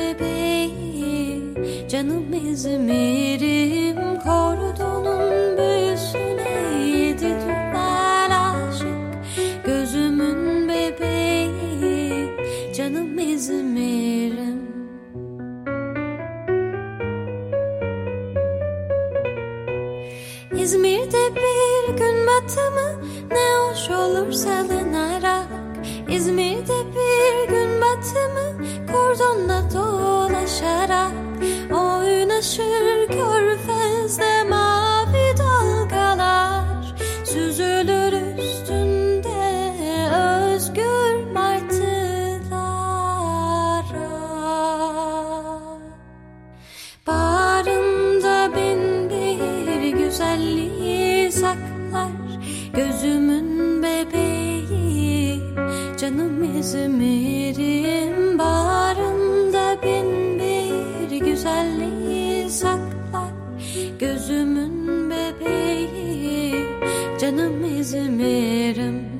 bebeği canım İzmir'im. Kordonun büyüsüne İzmir'de bir gün batımı ne hoş olur salınarak. İzmir'de bir gün batımı kordonla dolaşarak. Oynaşır körfezde mavi dalgalar, süzülür üstünde özgür martılara. Bağrımda bin bir güzelliği saklar, gözümün bebeği canım İzmir'im. Bağrımda bin bir güzelliği saklar, gözümün bebeği canım İzmir'im.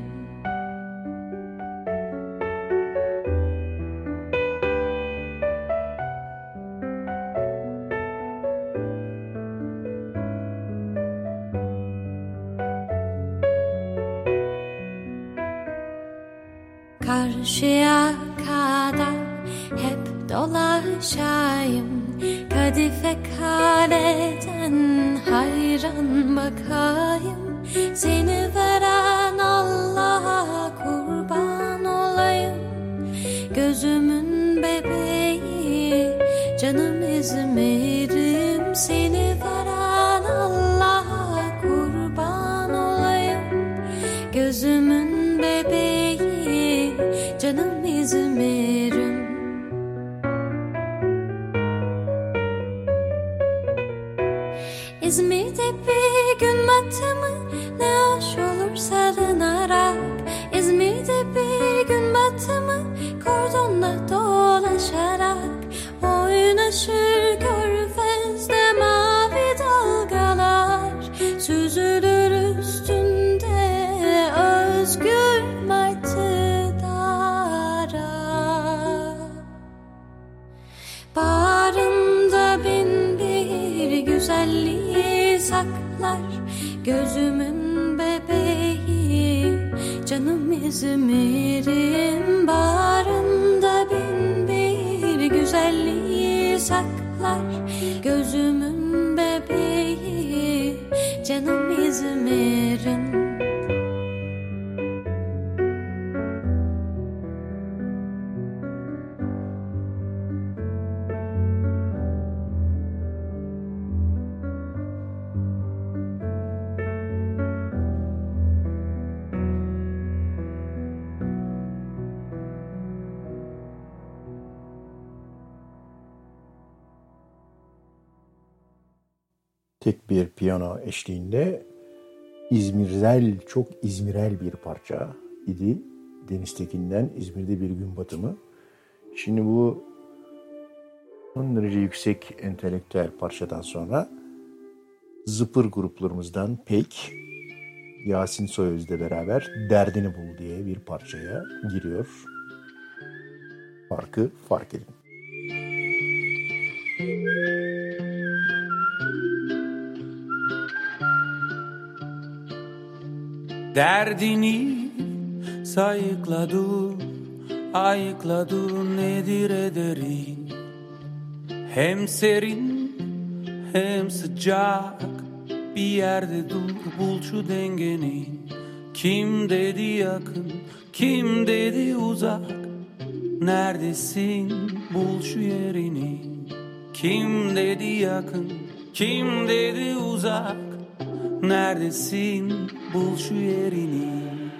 Karşıya kadar hep dolaşayım, Kadife Kale'den hayran bakayım. Seni veren Allah'a kurban olayım, gözümün bebeği canım İzmir'im. Seni veren Allah'a kurban olayım, gözümün bebeği canım İzmir'im. İzmir'de bir gün batımı ne hoş olur salınarak. İzmir'de bir gün batımı kordonla dolaşarak. Oynaşır körfezde mavi dalgalar, süzülür üstünde özgür martılara. Bağrımda bin bir güzelliği saklar, gözümün bebeği canım İzmir'im. Bağrımda bin bir güzelliği saklar, gözümün bebeği canım İzmir'im.
Tek bir piyano eşliğinde İzmirzel, çok İzmirel bir parça idi. Deniz Tekin'den İzmir'de bir gün batımı. Şimdi bu son derece yüksek entelektüel parçadan sonra zıpır gruplarımızdan Pek, Yasin Soyöz'le beraber Derdini Bul diye bir parçaya giriyor. Farkı fark edin.
Derdini sayıkladı, ayıkladı nedir ederi. Hem serin hem sıcak bir yerde dur, bul şu dengeni. Kim dedi yakın, kim dedi uzak, neredesin bul şu yerini. Kim dedi yakın, kim dedi uzak, neredesin bul şu yerini.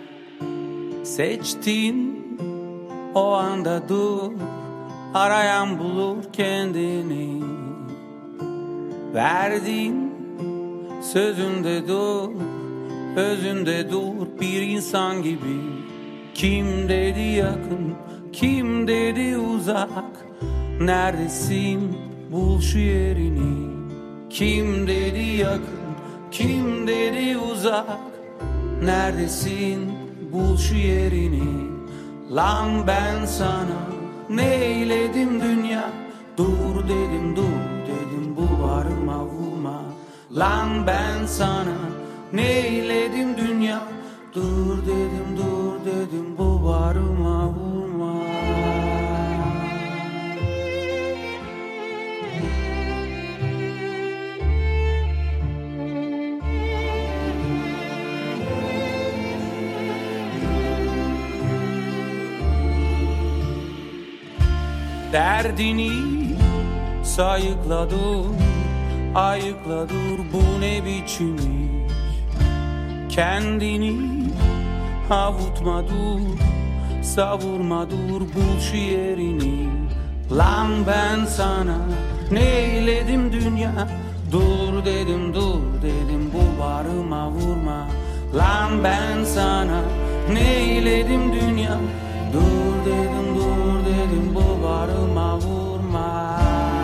Seçtiğin o anda dur, arayan bulur kendini. Verdiğin sözünde dur, özünde dur bir insan gibi. Kim dedi yakın, kim dedi uzak, neredesin bul şu yerini. Kim dedi yakın, kim dedi uzak, neredesin bul şu yerini. Lan ben sana neyledim dünya, dur dedim bu varıma vurma. Lan ben sana neyledim dünya, dur dedim bu varıma vurma. Derdini sayıkla dur, ayıkla dur, bu ne biçim iş? Kendini avutma dur, savurma dur, bul şu yerini. Lan ben sana neyledim dünya? Dur dedim, dur dedim, bu varıma vurma. Lan ben sana neyledim dünya? Dur dedim, dur dedim, bu varıma vurma.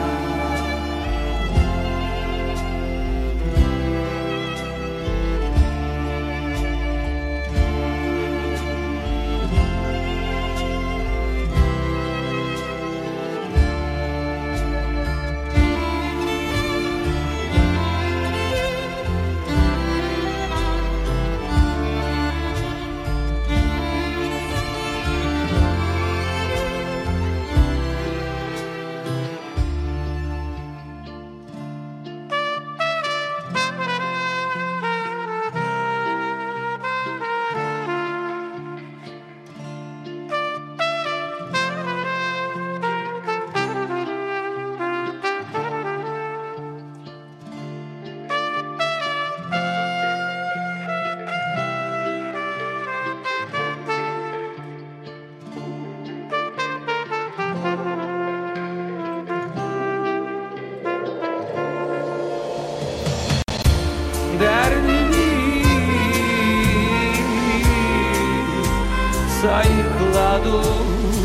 Sayıkla dur,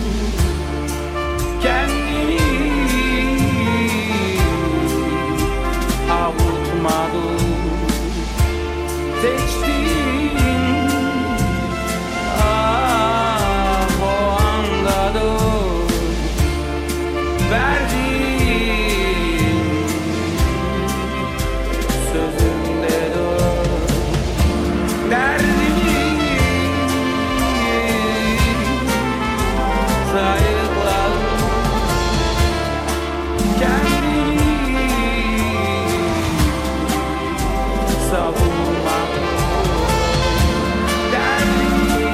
kendini avutma dur. Seçtiğin o anda dur. Verdiğin sözünde dur. Derdini sayıkla kendini savunma derdini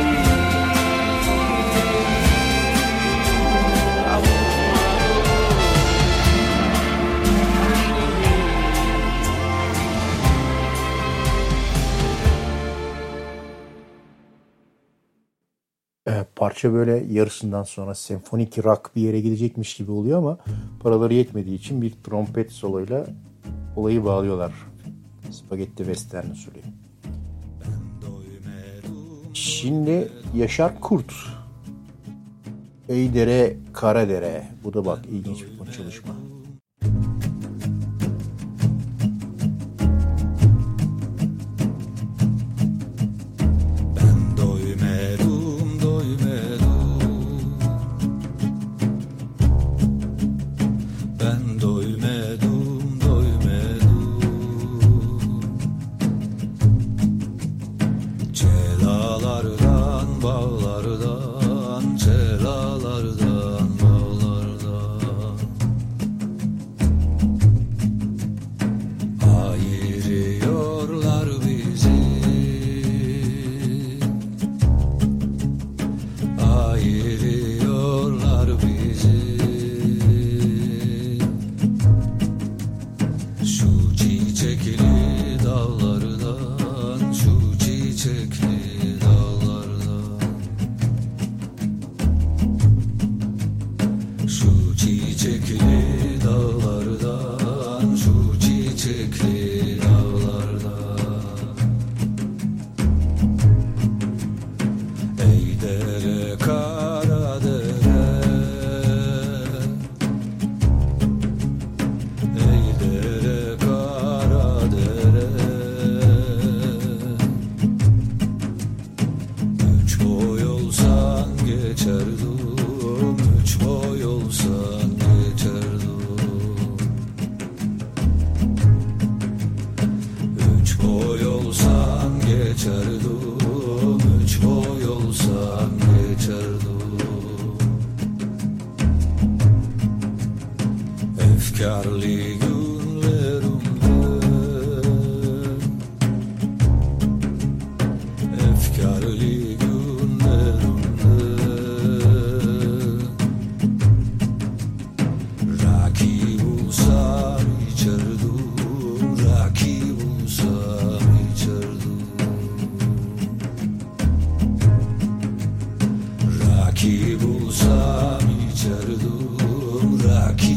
Parça böyle yarısından sonra senfonik rock bir yere gidecekmiş gibi oluyor ama paraları yetmediği için bir trompet soloyla olayı bağlıyorlar. Spagetti western usulü. Şimdi Yaşar Kurt. Ey dere kara dere. Bu da bak ilginç bir çalışma.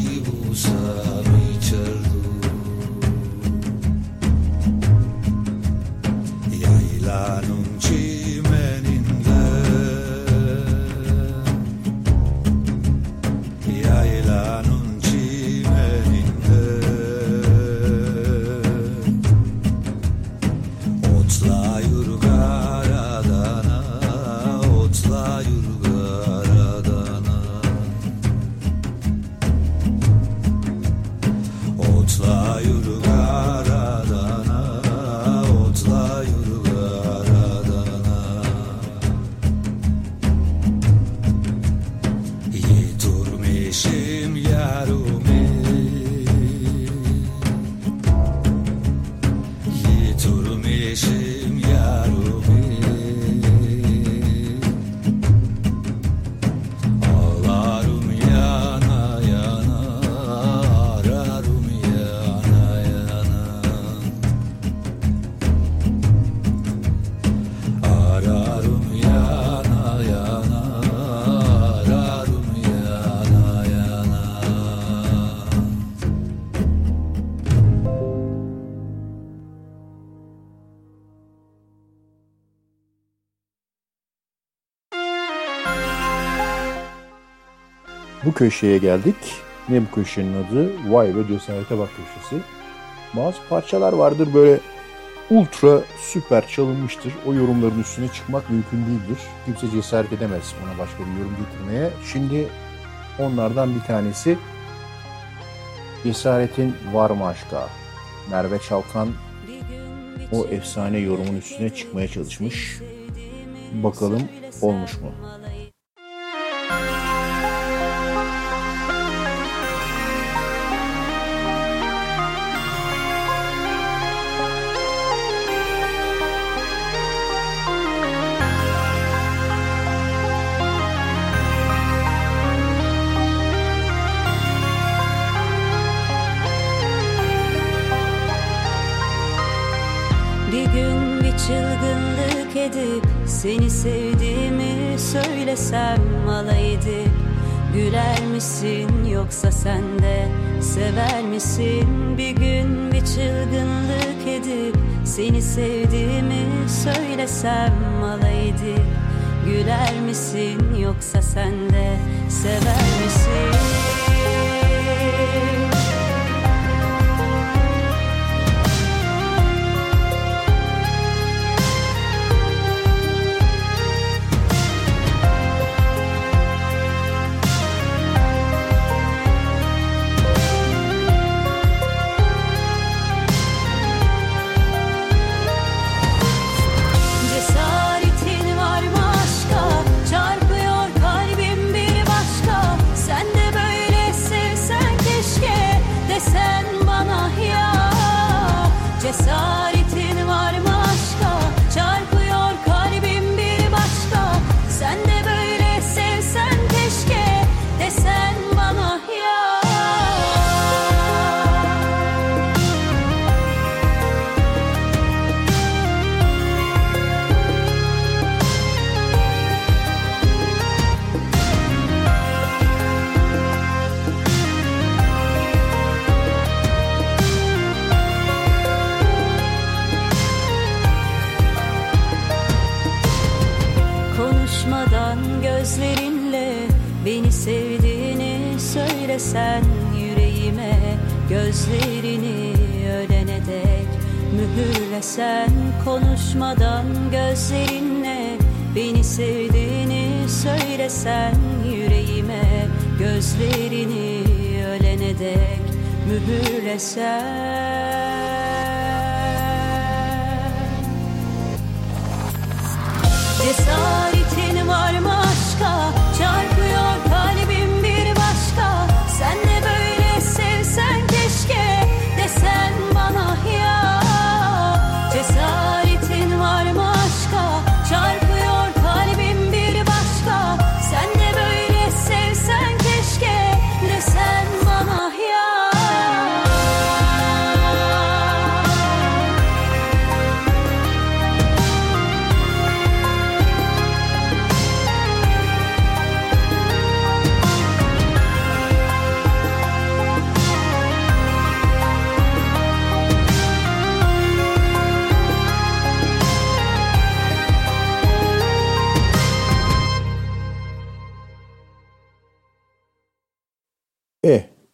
Bu köşeye geldik. Ne bu köşenin adı? Vay ve Cesarete Bak köşesi. Bazı parçalar vardır böyle ultra süper çalınmıştır. O yorumların üstüne çıkmak mümkün değildir. Kimse cesaret edemez ona başka bir yorum getirmeye. Şimdi onlardan bir tanesi Cesaret'in Var mı Aşka? Merve Çalkan o efsane yorumun üstüne çıkmaya çalışmış. Bakalım olmuş mu?
Çılgınlık edip seni sevdiğimi söylesem alay edip güler misin yoksa sen de sever misin? Bir gün bir çılgınlık edip seni sevdiğimi söylesem alay edip güler misin yoksa sen de sever misin? Cesaretin var mı aşka? Çarpıyor kalbim bir başka. Sen de böyle sevsen keşke desen bana ya. Gözlerinle beni sevdiğini söylesen yüreğime, gözlerini ölene dek mühürlesen. Konuşmadan gözlerinle beni sevdiğini söylesen yüreğime, gözlerini ölene dek mühürlesen. Cesaretin var mı aşka? Çarpıyor kalbim bir başka. Sen de böyle sevsen keşke desen bana ya. Cesaretin var mı aşka? Çarpıyor kalbim bir başka. Sen de böyle sevsen keşke desen bana ya.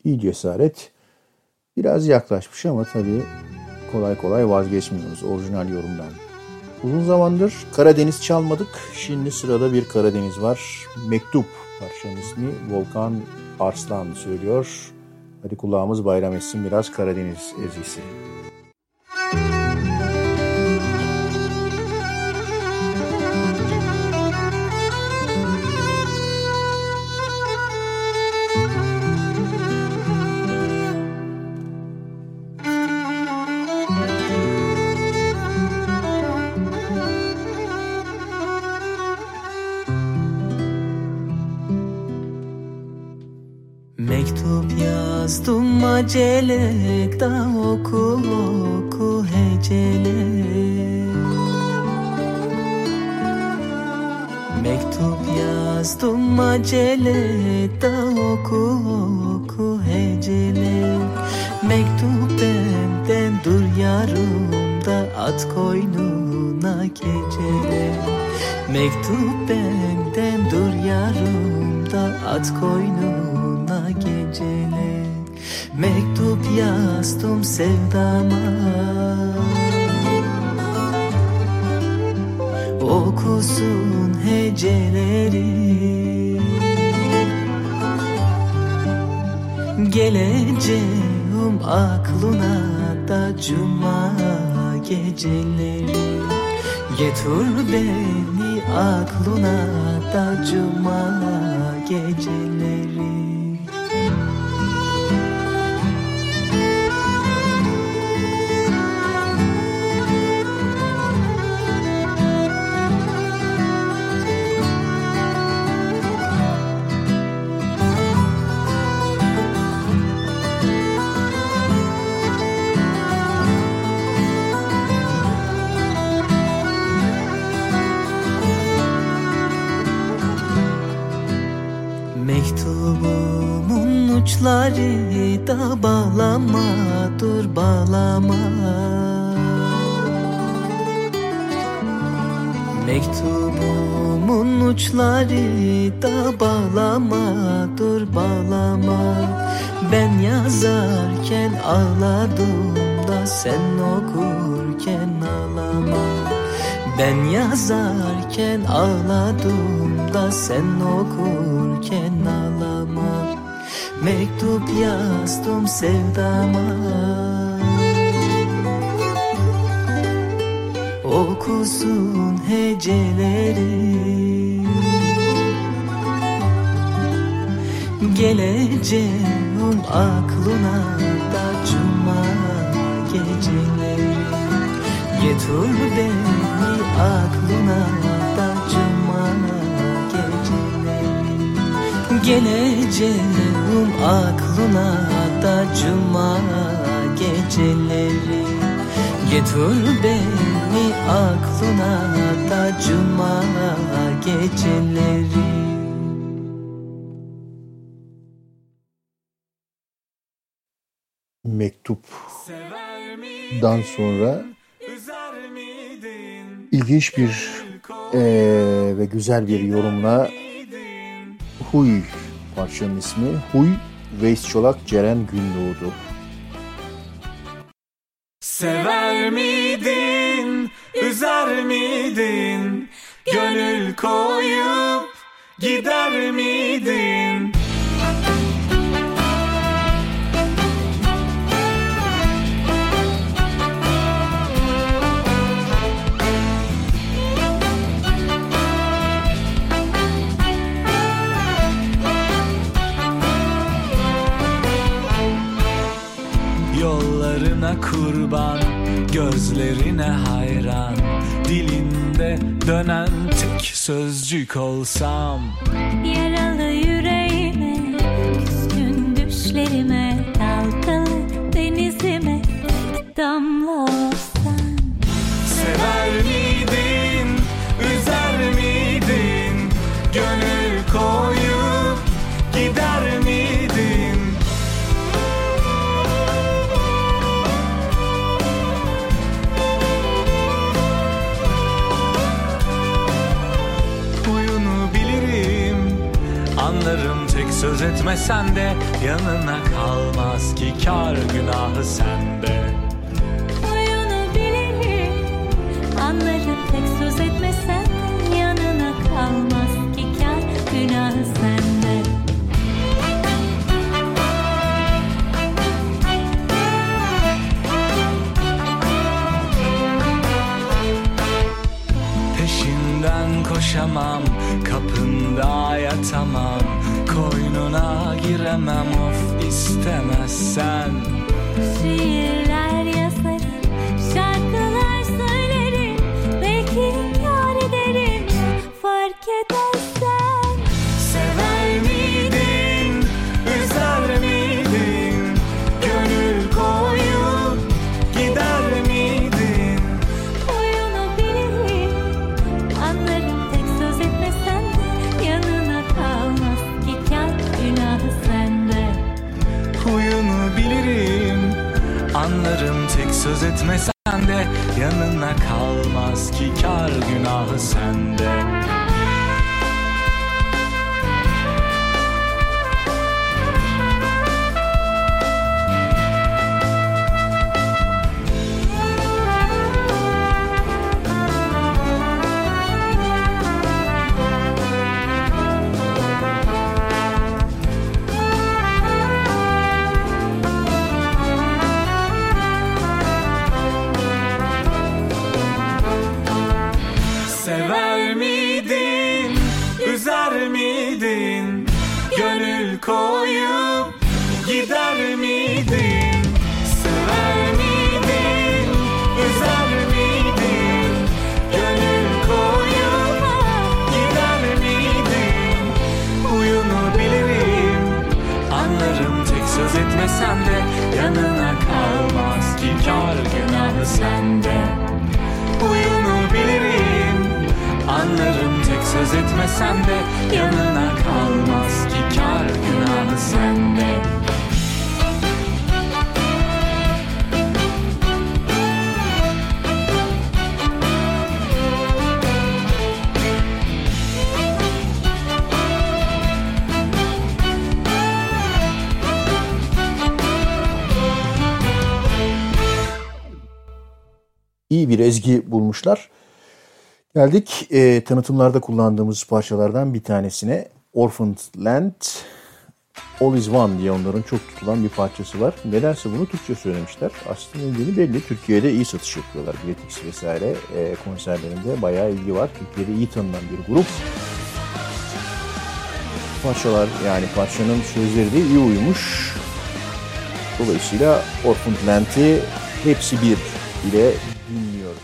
İyi cesaret. Biraz yaklaşmış ama tabii kolay kolay vazgeçmiyoruz orijinal yorumdan. Uzun zamandır Karadeniz çalmadık. Şimdi sırada bir Karadeniz var. Mektup parçanın ismi. Volkan Arslan söylüyor. Hadi kulağımız bayram etsin biraz Karadeniz ezgisi.
Mektup yazdım acelek da oku oku hecele. Mektup yazdım acele da oku oku hecele. Mektup benden dur yarım da at koynuna gecele. Mektup benden dur yarım da at koynuna gecele. Mektup yazdım sevdama, okusun heceleri. Geleceğim aklına da cuma geceleri. Getir beni aklına da cuma geceleri. Mektubumun uçları da bağlama, dur bağlama. Mektubumun uçları da bağlama, dur bağlama. Ben yazarken ağladım da sen okurken ağlama. Ben yazarken ağladım da sen okurken ağlama. Mektup yazdım sevdama, okusun heceleri. Geleceğim aklına da cuma geceleri. Getir beni aklına da cuma geceleri. Geleceğim aklına da cuma geceleri. Getir beni aklına da cuma geceleri.
Mektup'dan sonra ilginç bir ve güzel bir yorumla Huy parçanın ismi. Huy, Veys Çolak, Ceren Gündoğdu.
Sever miydin, üzer miydin, gönül koyup gider miydin? Yollarına kurban, gözlerine hayran, dilinde dönen tek sözcük olsam.
Yaralı yüreğime, küskün düşlerime, dalgalı denizime tek damla olsan.
Sever miydin, üzer miydin, gönül koyup gider miydin?
Anlarım tek söz
söz etmesen de yanına kalmaz ki kar günahı sende.
Oyunu bilirim, anlarım tek söz etmesen de yanına kalmaz ki kar günahı sende.
Peşinden koşamam, kapında yatamam, koynuna giremem of istemezsen.
Şiirler yazarım, şarkılar söylerim, belki yar ederim fark edersen.
Sever miydin, üzer miydin, gönül koyup gider miydin?
Oyunu bilirim, anlarım tek söz etmesen de yanına kalmaz ki kar günahı sende.
Huyunu bilirim, anlarım tek söz etmesen de yanına kalmaz ki kar günahı sende. Sever miydin, üzer miydin, gönül koyup gider miydin? Sever miydin, üzer miydin, gönül koyup gider miydin? Huyunu bilirim, anlarım tek söz etmesen de yanına kalmaz ki kar günahı sende. Huyunu bilirim, anlarım tek söz etmesen de yanına kalmaz ki kar günahı sende.
İyi bir ezgi bulmuşlar. Geldik tanıtımlarda kullandığımız parçalardan bir tanesine. Orphaned Land, All Is One diye onların çok tutulan bir parçası var. Nedense bunu Türkçe söylemişler. Aslında nedeni belli. Türkiye'de iyi satış yapıyorlar. Biletix vesaire konserlerinde bayağı ilgi var. Türkiye'de iyi tanınan bir grup. Parçalar, yani parçanın sözleri de iyi uymuş. Dolayısıyla Orphaned Land'i hepsi bir ile dinliyorum.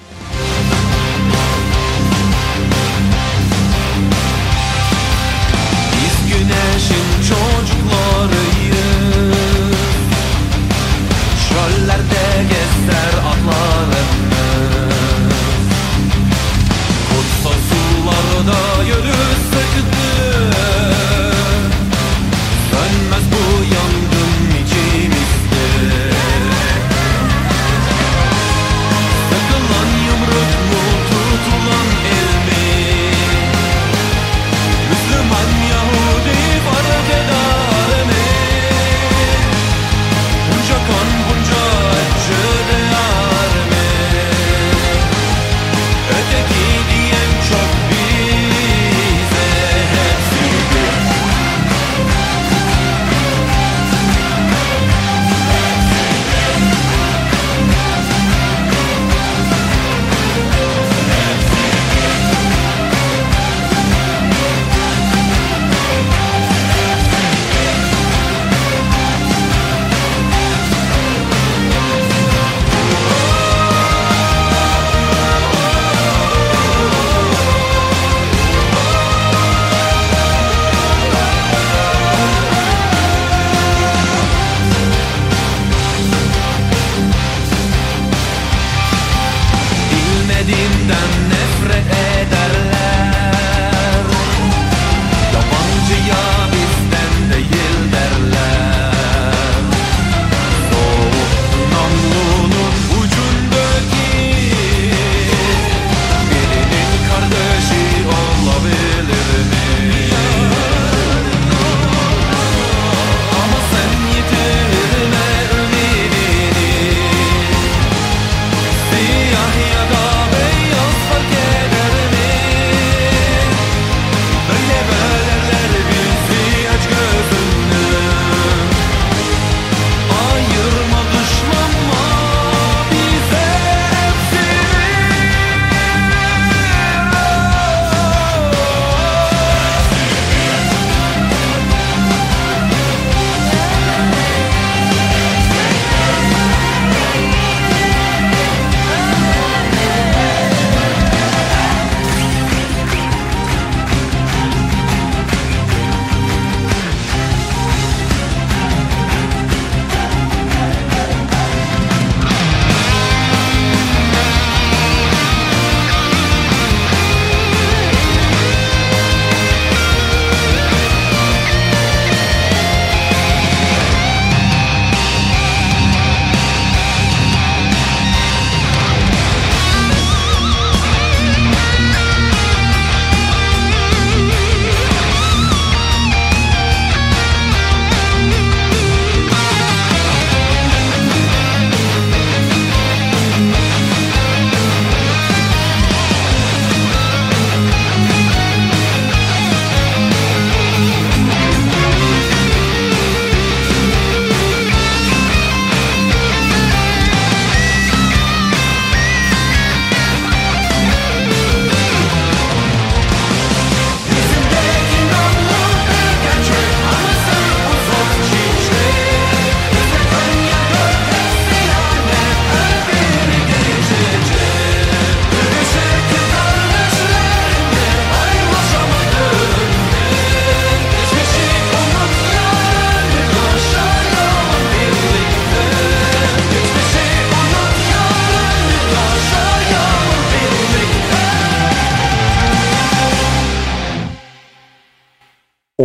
Biz güneşin çocuklarıyız, çöllerde gezer atlarımız, kutsal sularda yürür sıkıntı, sönmez bu yangın içimizde.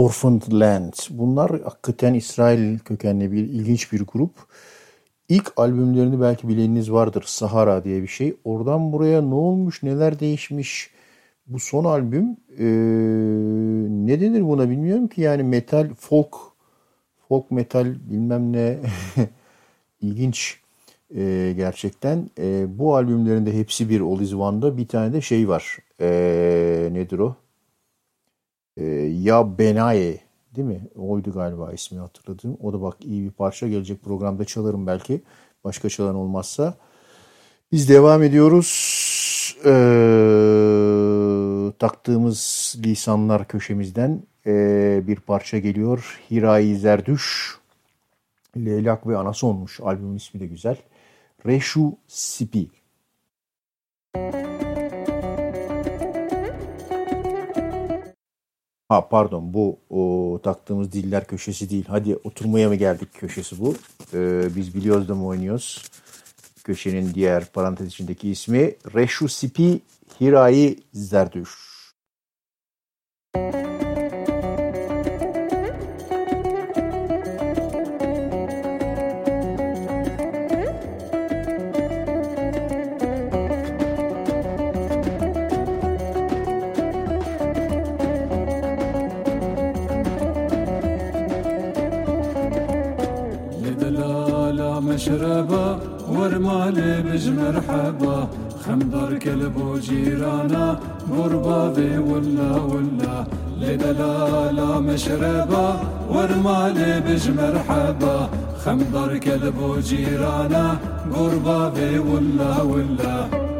Orphaned Land. Bunlar hakikaten İsrail kökenli bir ilginç bir grup. İlk albümlerini belki bileniniz vardır. Sahara diye bir şey. Oradan buraya ne olmuş, neler değişmiş? Bu son albüm ne denir buna bilmiyorum ki. Yani metal, folk metal bilmem ne ilginç gerçekten. Bu albümlerinde hepsi bir All Is One'da bir tane de şey var. Nedir o? Ya Benaye değil mi? Oydu galiba ismini hatırladığım. O da bak iyi bir parça, gelecek programda çalarım belki. Başka çalan olmazsa. Biz devam ediyoruz. Taktığımız lisanlar köşemizden bir parça geliyor. Hirai Zerdüş. Leylak ve Anası olmuş. Albümün ismi de güzel. Reshu Sipi. Pardon, bu taktığımız diller köşesi değil. Hadi oturmaya mı geldik köşesi bu. Biz biliyoruz da mı oynuyoruz? Köşenin diğer parantez içindeki ismi Reshu Sipi Hirai Zerdüş.
مشربة ورمالي بج مرحبا خمدار كلب وجيرانا غربة ذي ولا لدلالا مشربة ورمالي بج مرحبا خمدار كلب وجيرانا غربة ذي ولا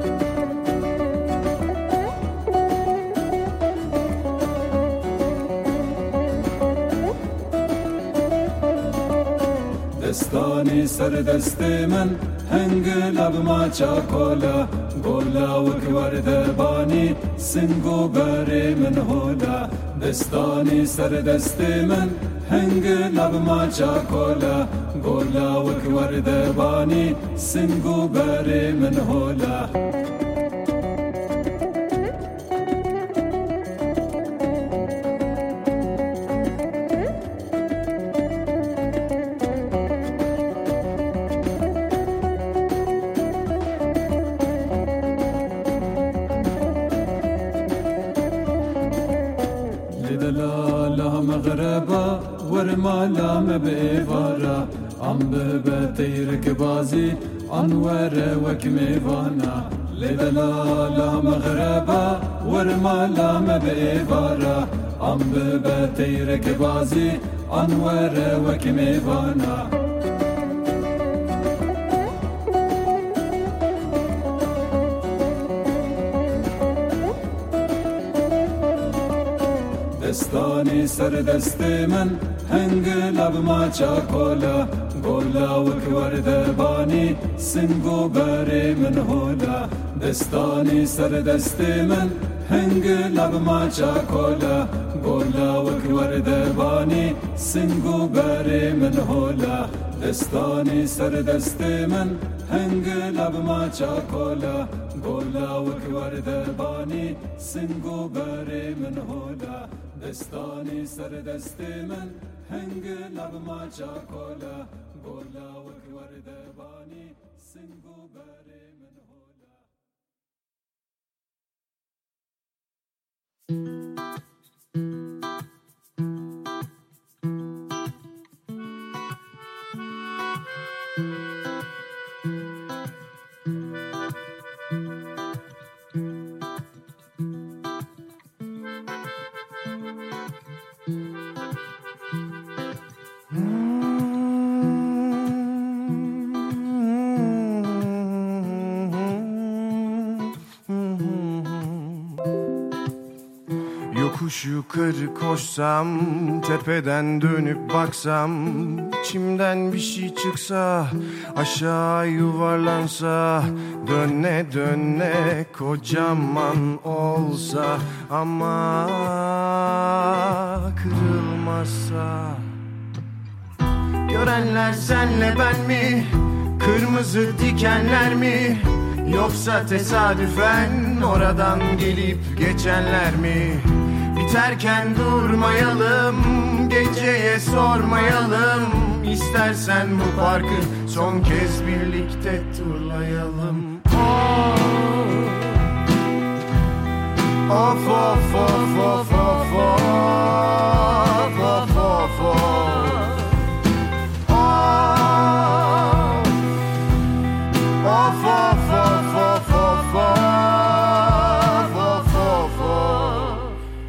دستانی سر دست من هنگ لب ما چاکولا گولا وکورد بانی سنگو بری من هولا دستانی سر دست من هنگ لب ما چاکولا گولا وکورد بانی سنگو بری من هولا ورمالا مبیوارا ام به تیرک بازی انور وکمیوانا لیدلالا مغربا ورمالا مبیوارا ام به تیرک بازی انور وکمیوانا دستانی سر دست من هنگ لب ما چاکولا گولا وکورد بانی سنگو بری من هولا دستانی سر دست من هنگ لب ما چاکولا گولا وکورد بانی سنگو بری من هولا دستانی سر دست من هنگ لب ما چاکولا گولا وکورد بانی سنگو بری من هولا دستانی سر دست من هنگ لب ما چاکولا گولا وکورد بانی سنگو بری من هولا
Yokuş yukarı koşsam, tepeden dönüp baksam, içimden bir şey çıksa, aşağı yuvarlansa, döne döne kocaman olsa ama kırılmazsa. Görenler senle ben mi, kırmızı dikenler mi, yoksa tesadüfen oradan gelip geçenler mi? Bir Biterken durmayalım, geceye sormayalım. İstersen bu parkı son kez birlikte turlayalım. Of of of of of of of of of. Of of of of of of of of.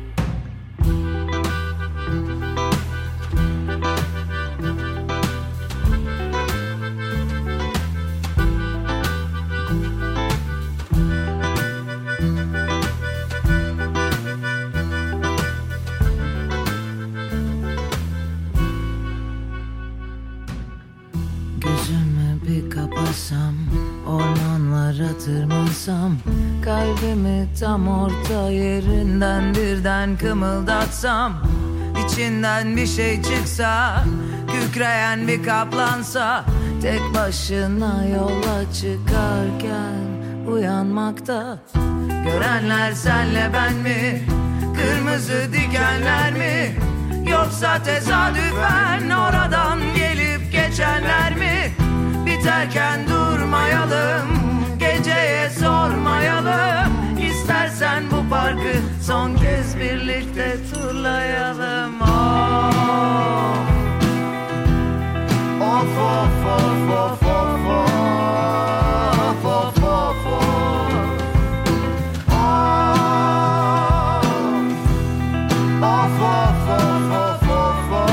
Gözümü bir kapatsam, ormanlara tırmansam, kalbimi tam orta yerinden birden kımıldatsam, içinden bir şey çıksa, kükreyen bir kaplansa, tek başına yola çıkarken uyanmakta. Görenler senle ben mi? Kırmızı dikenler mi? Yoksa tesadüfen oradan gelip geçenler mi? Biterken durmayalım, geceye sormayalım. İstersen bu parkı son kez birlikte turlayalım. Of of of of of of of of of. Of of of of of of.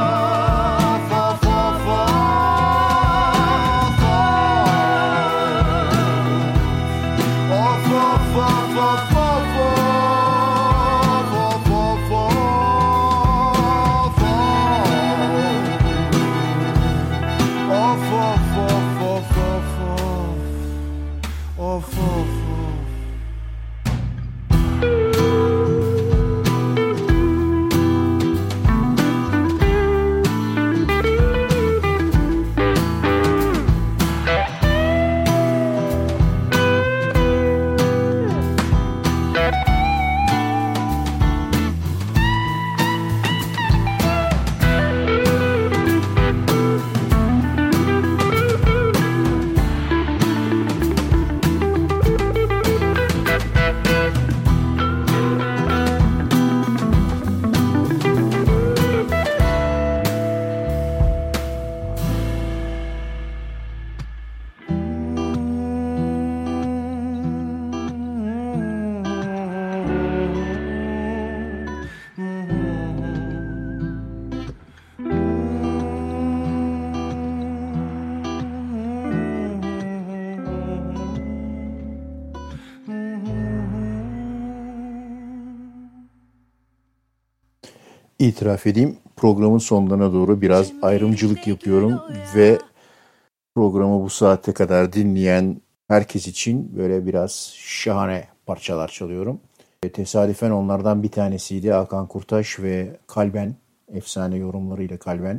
İtiraf edeyim, programın sonlarına doğru biraz ayrımcılık yapıyorum ve programı bu saate kadar dinleyen herkes için böyle biraz şahane parçalar çalıyorum. Tesadüfen onlardan bir tanesiydi Hakan Kurtaş ve Kalben, efsane yorumlarıyla Kalben,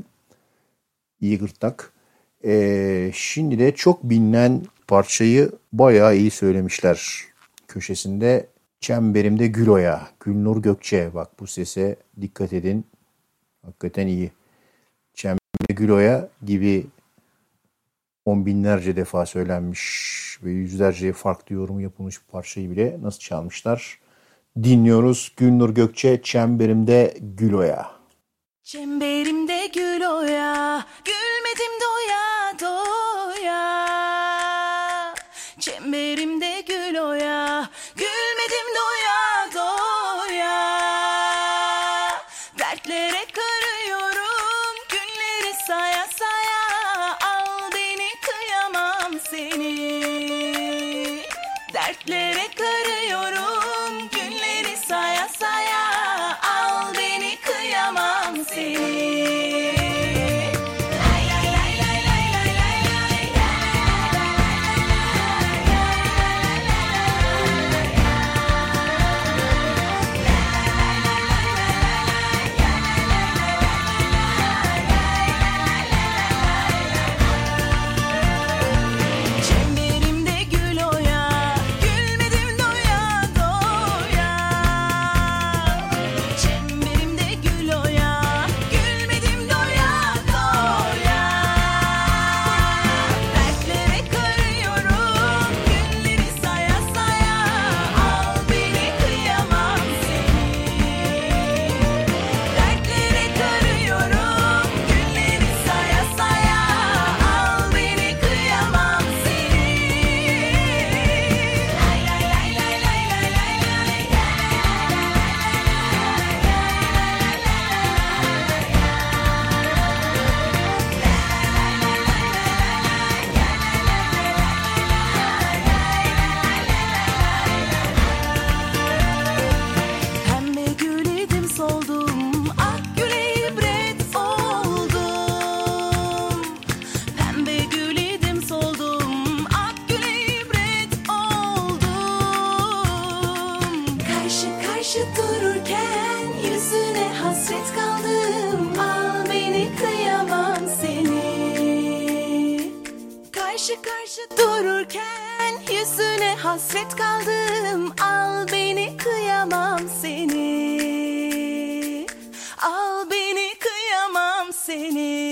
iyi gırtlak. Şimdi de çok bilinen parçayı bayağı iyi söylemişler köşesinde. Çemberimde Gül Oya, Gülnur Gökçe. Bak bu sese dikkat edin. Hakikaten iyi. Çemberimde Gül Oya gibi on binlerce defa söylenmiş ve yüzlerce farklı yorum yapılmış bir parçayı bile nasıl çalmışlar. Dinliyoruz. Gülnur Gökçe, Çemberimde Gül Oya.
Çemberimde gül oya, gülmedim doya doya. Çemberimde gül oya, gülmedim doya doya. Dertlere karıyorum, günleri saya saya. Al beni kıyamam seni. Dertlere karıyorum, günleri saya saya. Al beni kıyamam seni. Çemberimde gül oya, gülmedim Karşı karşı dururken yüzüne hasret kaldım. Al beni kıyamam seni. Al beni kıyamam seni.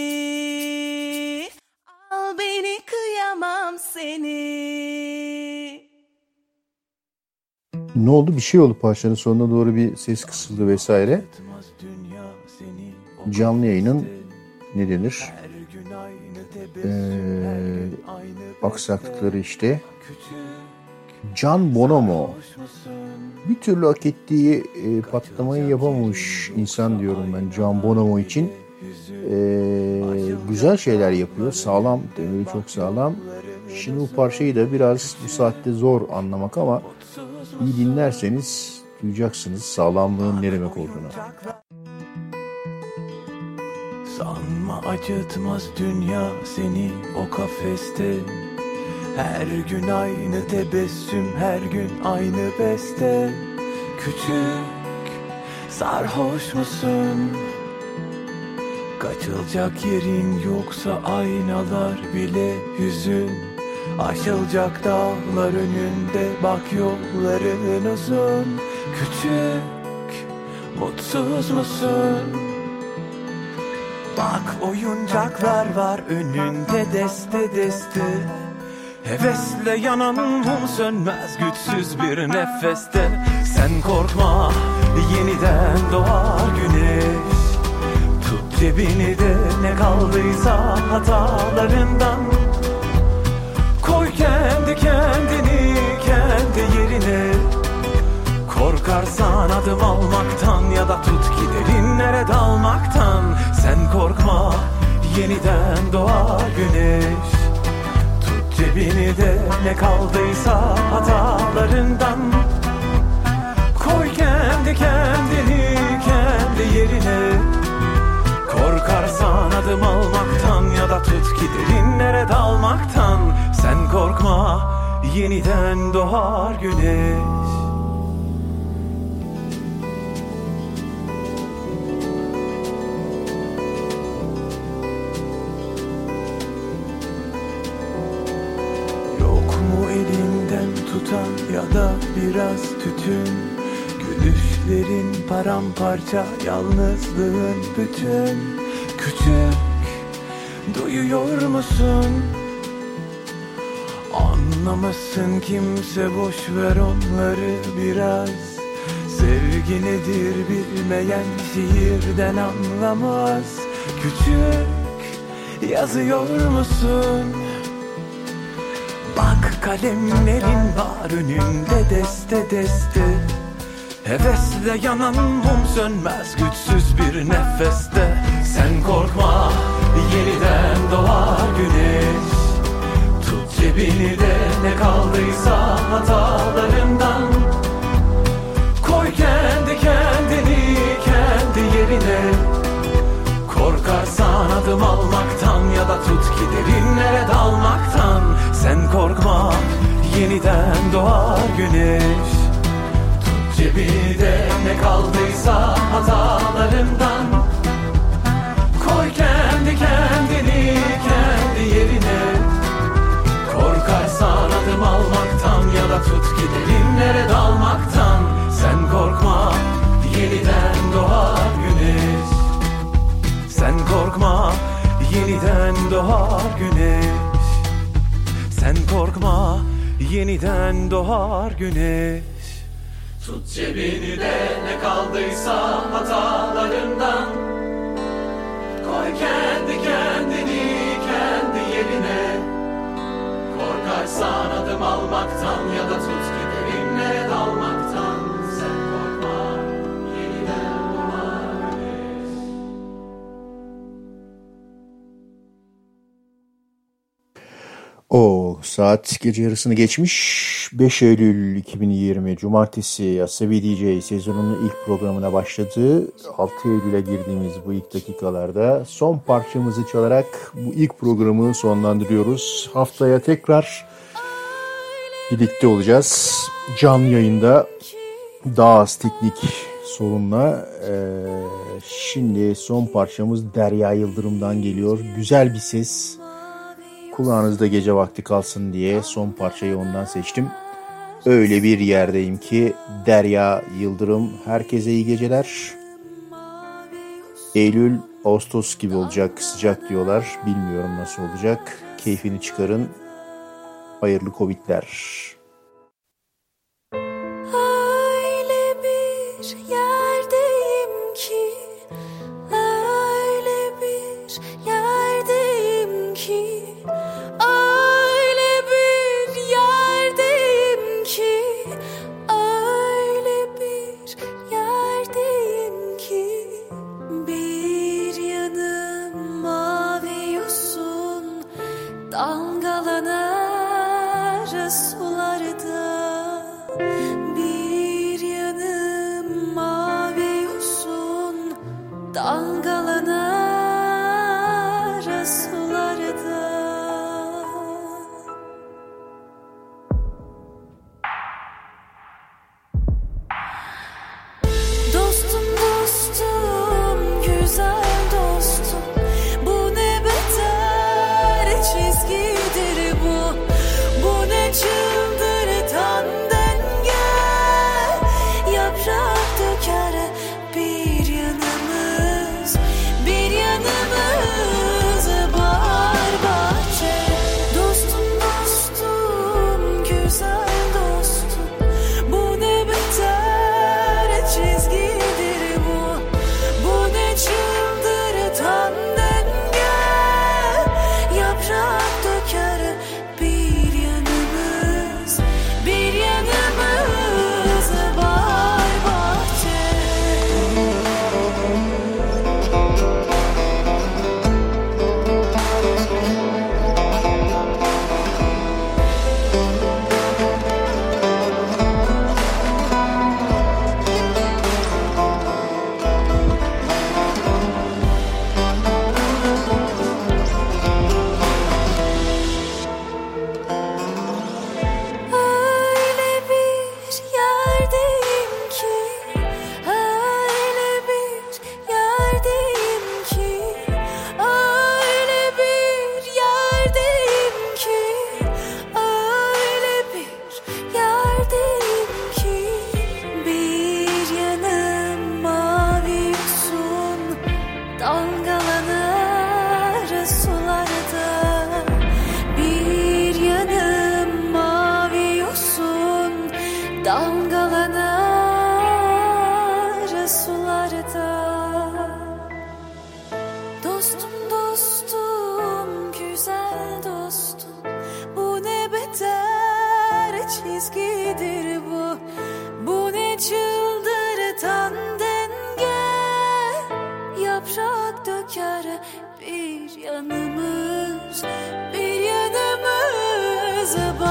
Al beni kıyamam seni.
Ne oldu? Bir şey oldu parçanın sonuna doğru, bir ses kısıldı vesaire. Canlı yayının ne denir? Aksaklıkları işte. Can Bonomo bir türlü hak ettiği patlamayı yapamamış insan diyorum ben Can Bonomo için. Güzel şeyler yapıyor. Sağlam, temeli çok sağlam. Şimdi bu parçayı da biraz bu saatte zor anlamak ama iyi dinlerseniz duyacaksınız sağlamlığın ne demek olduğunu.
Sanma acıtmaz dünya seni o kafeste. Her gün aynı tebessüm, her gün aynı beste. Küçük, sarhoş musun? Kaçılacak yerin yoksa aynalar bile hüzün. Aşılacak dağlar önünde, bak yolların uzun. Küçük, mutsuz musun? Bak oyuncaklar var önünde deste deste. Hevesle yanan mum sönmez güçsüz bir nefeste. Sen korkma, yeniden doğar güneş. Tut cebini de ne kaldıysa hatalarından. Koy kendi kendini kendi yerine. Korkarsan adım almaktan ya da tut ki derinlere dalmaktan. Sen korkma, yeniden doğar güneş. Tut cebini de ne kaldıysa hatalarından. Koy kendi kendini kendi yerine. Korkarsan adım almaktan ya da tut ki derinlere dalmaktan. Sen korkma, yeniden doğar güneş. Tutan ya da biraz tütün. Gülüşlerin paramparça, yalnızlığın bütün. Küçük, duyuyor musun? Anlamasın kimse, boş ver onları biraz. Sevgi nedir bilmeyen şiirden anlamaz. Küçük, yazıyor musun? Bak kalemlerin var önünde deste deste. Hevesle yanan mum sönmez güçsüz bir nefeste. Sen korkma, yeniden doğar güneş. Tut cebini de ne kaldıysa hatalarından. Koy kendi kendini kendi yerine. Korkarsan adım almaktan ya da tut ki derinlere dalmaktan. Sen korkma, yeniden doğar güneş. Tut cebini de ne kaldıysa hatalarından. Koy kendi kendini kendi yerine. Korkarsan adım almaktan ya da tut ki derinlere dalmaktan. Sen korkma, yeniden doğar güneş. Sen korkma, yeniden doğar güneş. Sen korkma, yeniden doğar güneş. Tut cebini de ne kaldıysa hatalarından. Koy kendi kendini kendi yerine. Korkarsan adım almaktan ya da tut ki derinlere dalmaktan. Sen korkma, yeniden doğar güneş.
O saat gece yarısını geçmiş. 5 Eylül 2020 Cumartesi Asabi DJ sezonunun ilk programına başladı. 6 Eylül'e girdiğimiz bu ilk dakikalarda son parçamızı çalarak bu ilk programı sonlandırıyoruz. Haftaya tekrar birlikte olacağız. Canlı yayında daha az teknik sorunla. Şimdi son parçamız Derya Yıldırım'dan geliyor. Güzel bir ses. Kulağınızda gece vakti kalsın diye son parçayı ondan seçtim. Öyle bir yerdeyim ki Derya Yıldırım. Herkese iyi geceler. Eylül, Ağustos gibi olacak, sıcak diyorlar. Bilmiyorum nasıl olacak. Keyfini çıkarın. Hayırlı Covid'ler.
Öyle bir yerdeyim ki, öyle bir yerdeyim ki, öyle bir yerdeyim ki, öyle bir yerdeyim ki, bir yanım mavi yosun dalgalanar sularda, bir yanım mavi yosun dalgalanar sularda. Dostum dostum, güzel dostum, bu ne beter çizgidir bu. Bu ne çıldırtan denge, yaprak döker bir yanımız, bir yanımız bahar bahçe. Dostum dostum, güzel dostum, bu ne beter çizgidir bu. Bu ne çıldırtan denge, yaprak döker bir yanımız, bir yanımız bahar bahçe. Öyle bir yerdeyim ki, öyle bir yerdeyim ki, öyle bir yerdeyim ki, öyle bir yerdeyim ki, bir yanım mavi yosun dalgalanar sularda, bir yanım mavi yosun dalgalanar sularda. Dostum dostum, güzel dostum, bu ne beter çizgidir bu. Bu ne çıldırtan denge, yaprak döker bir yanımız, bir yanımız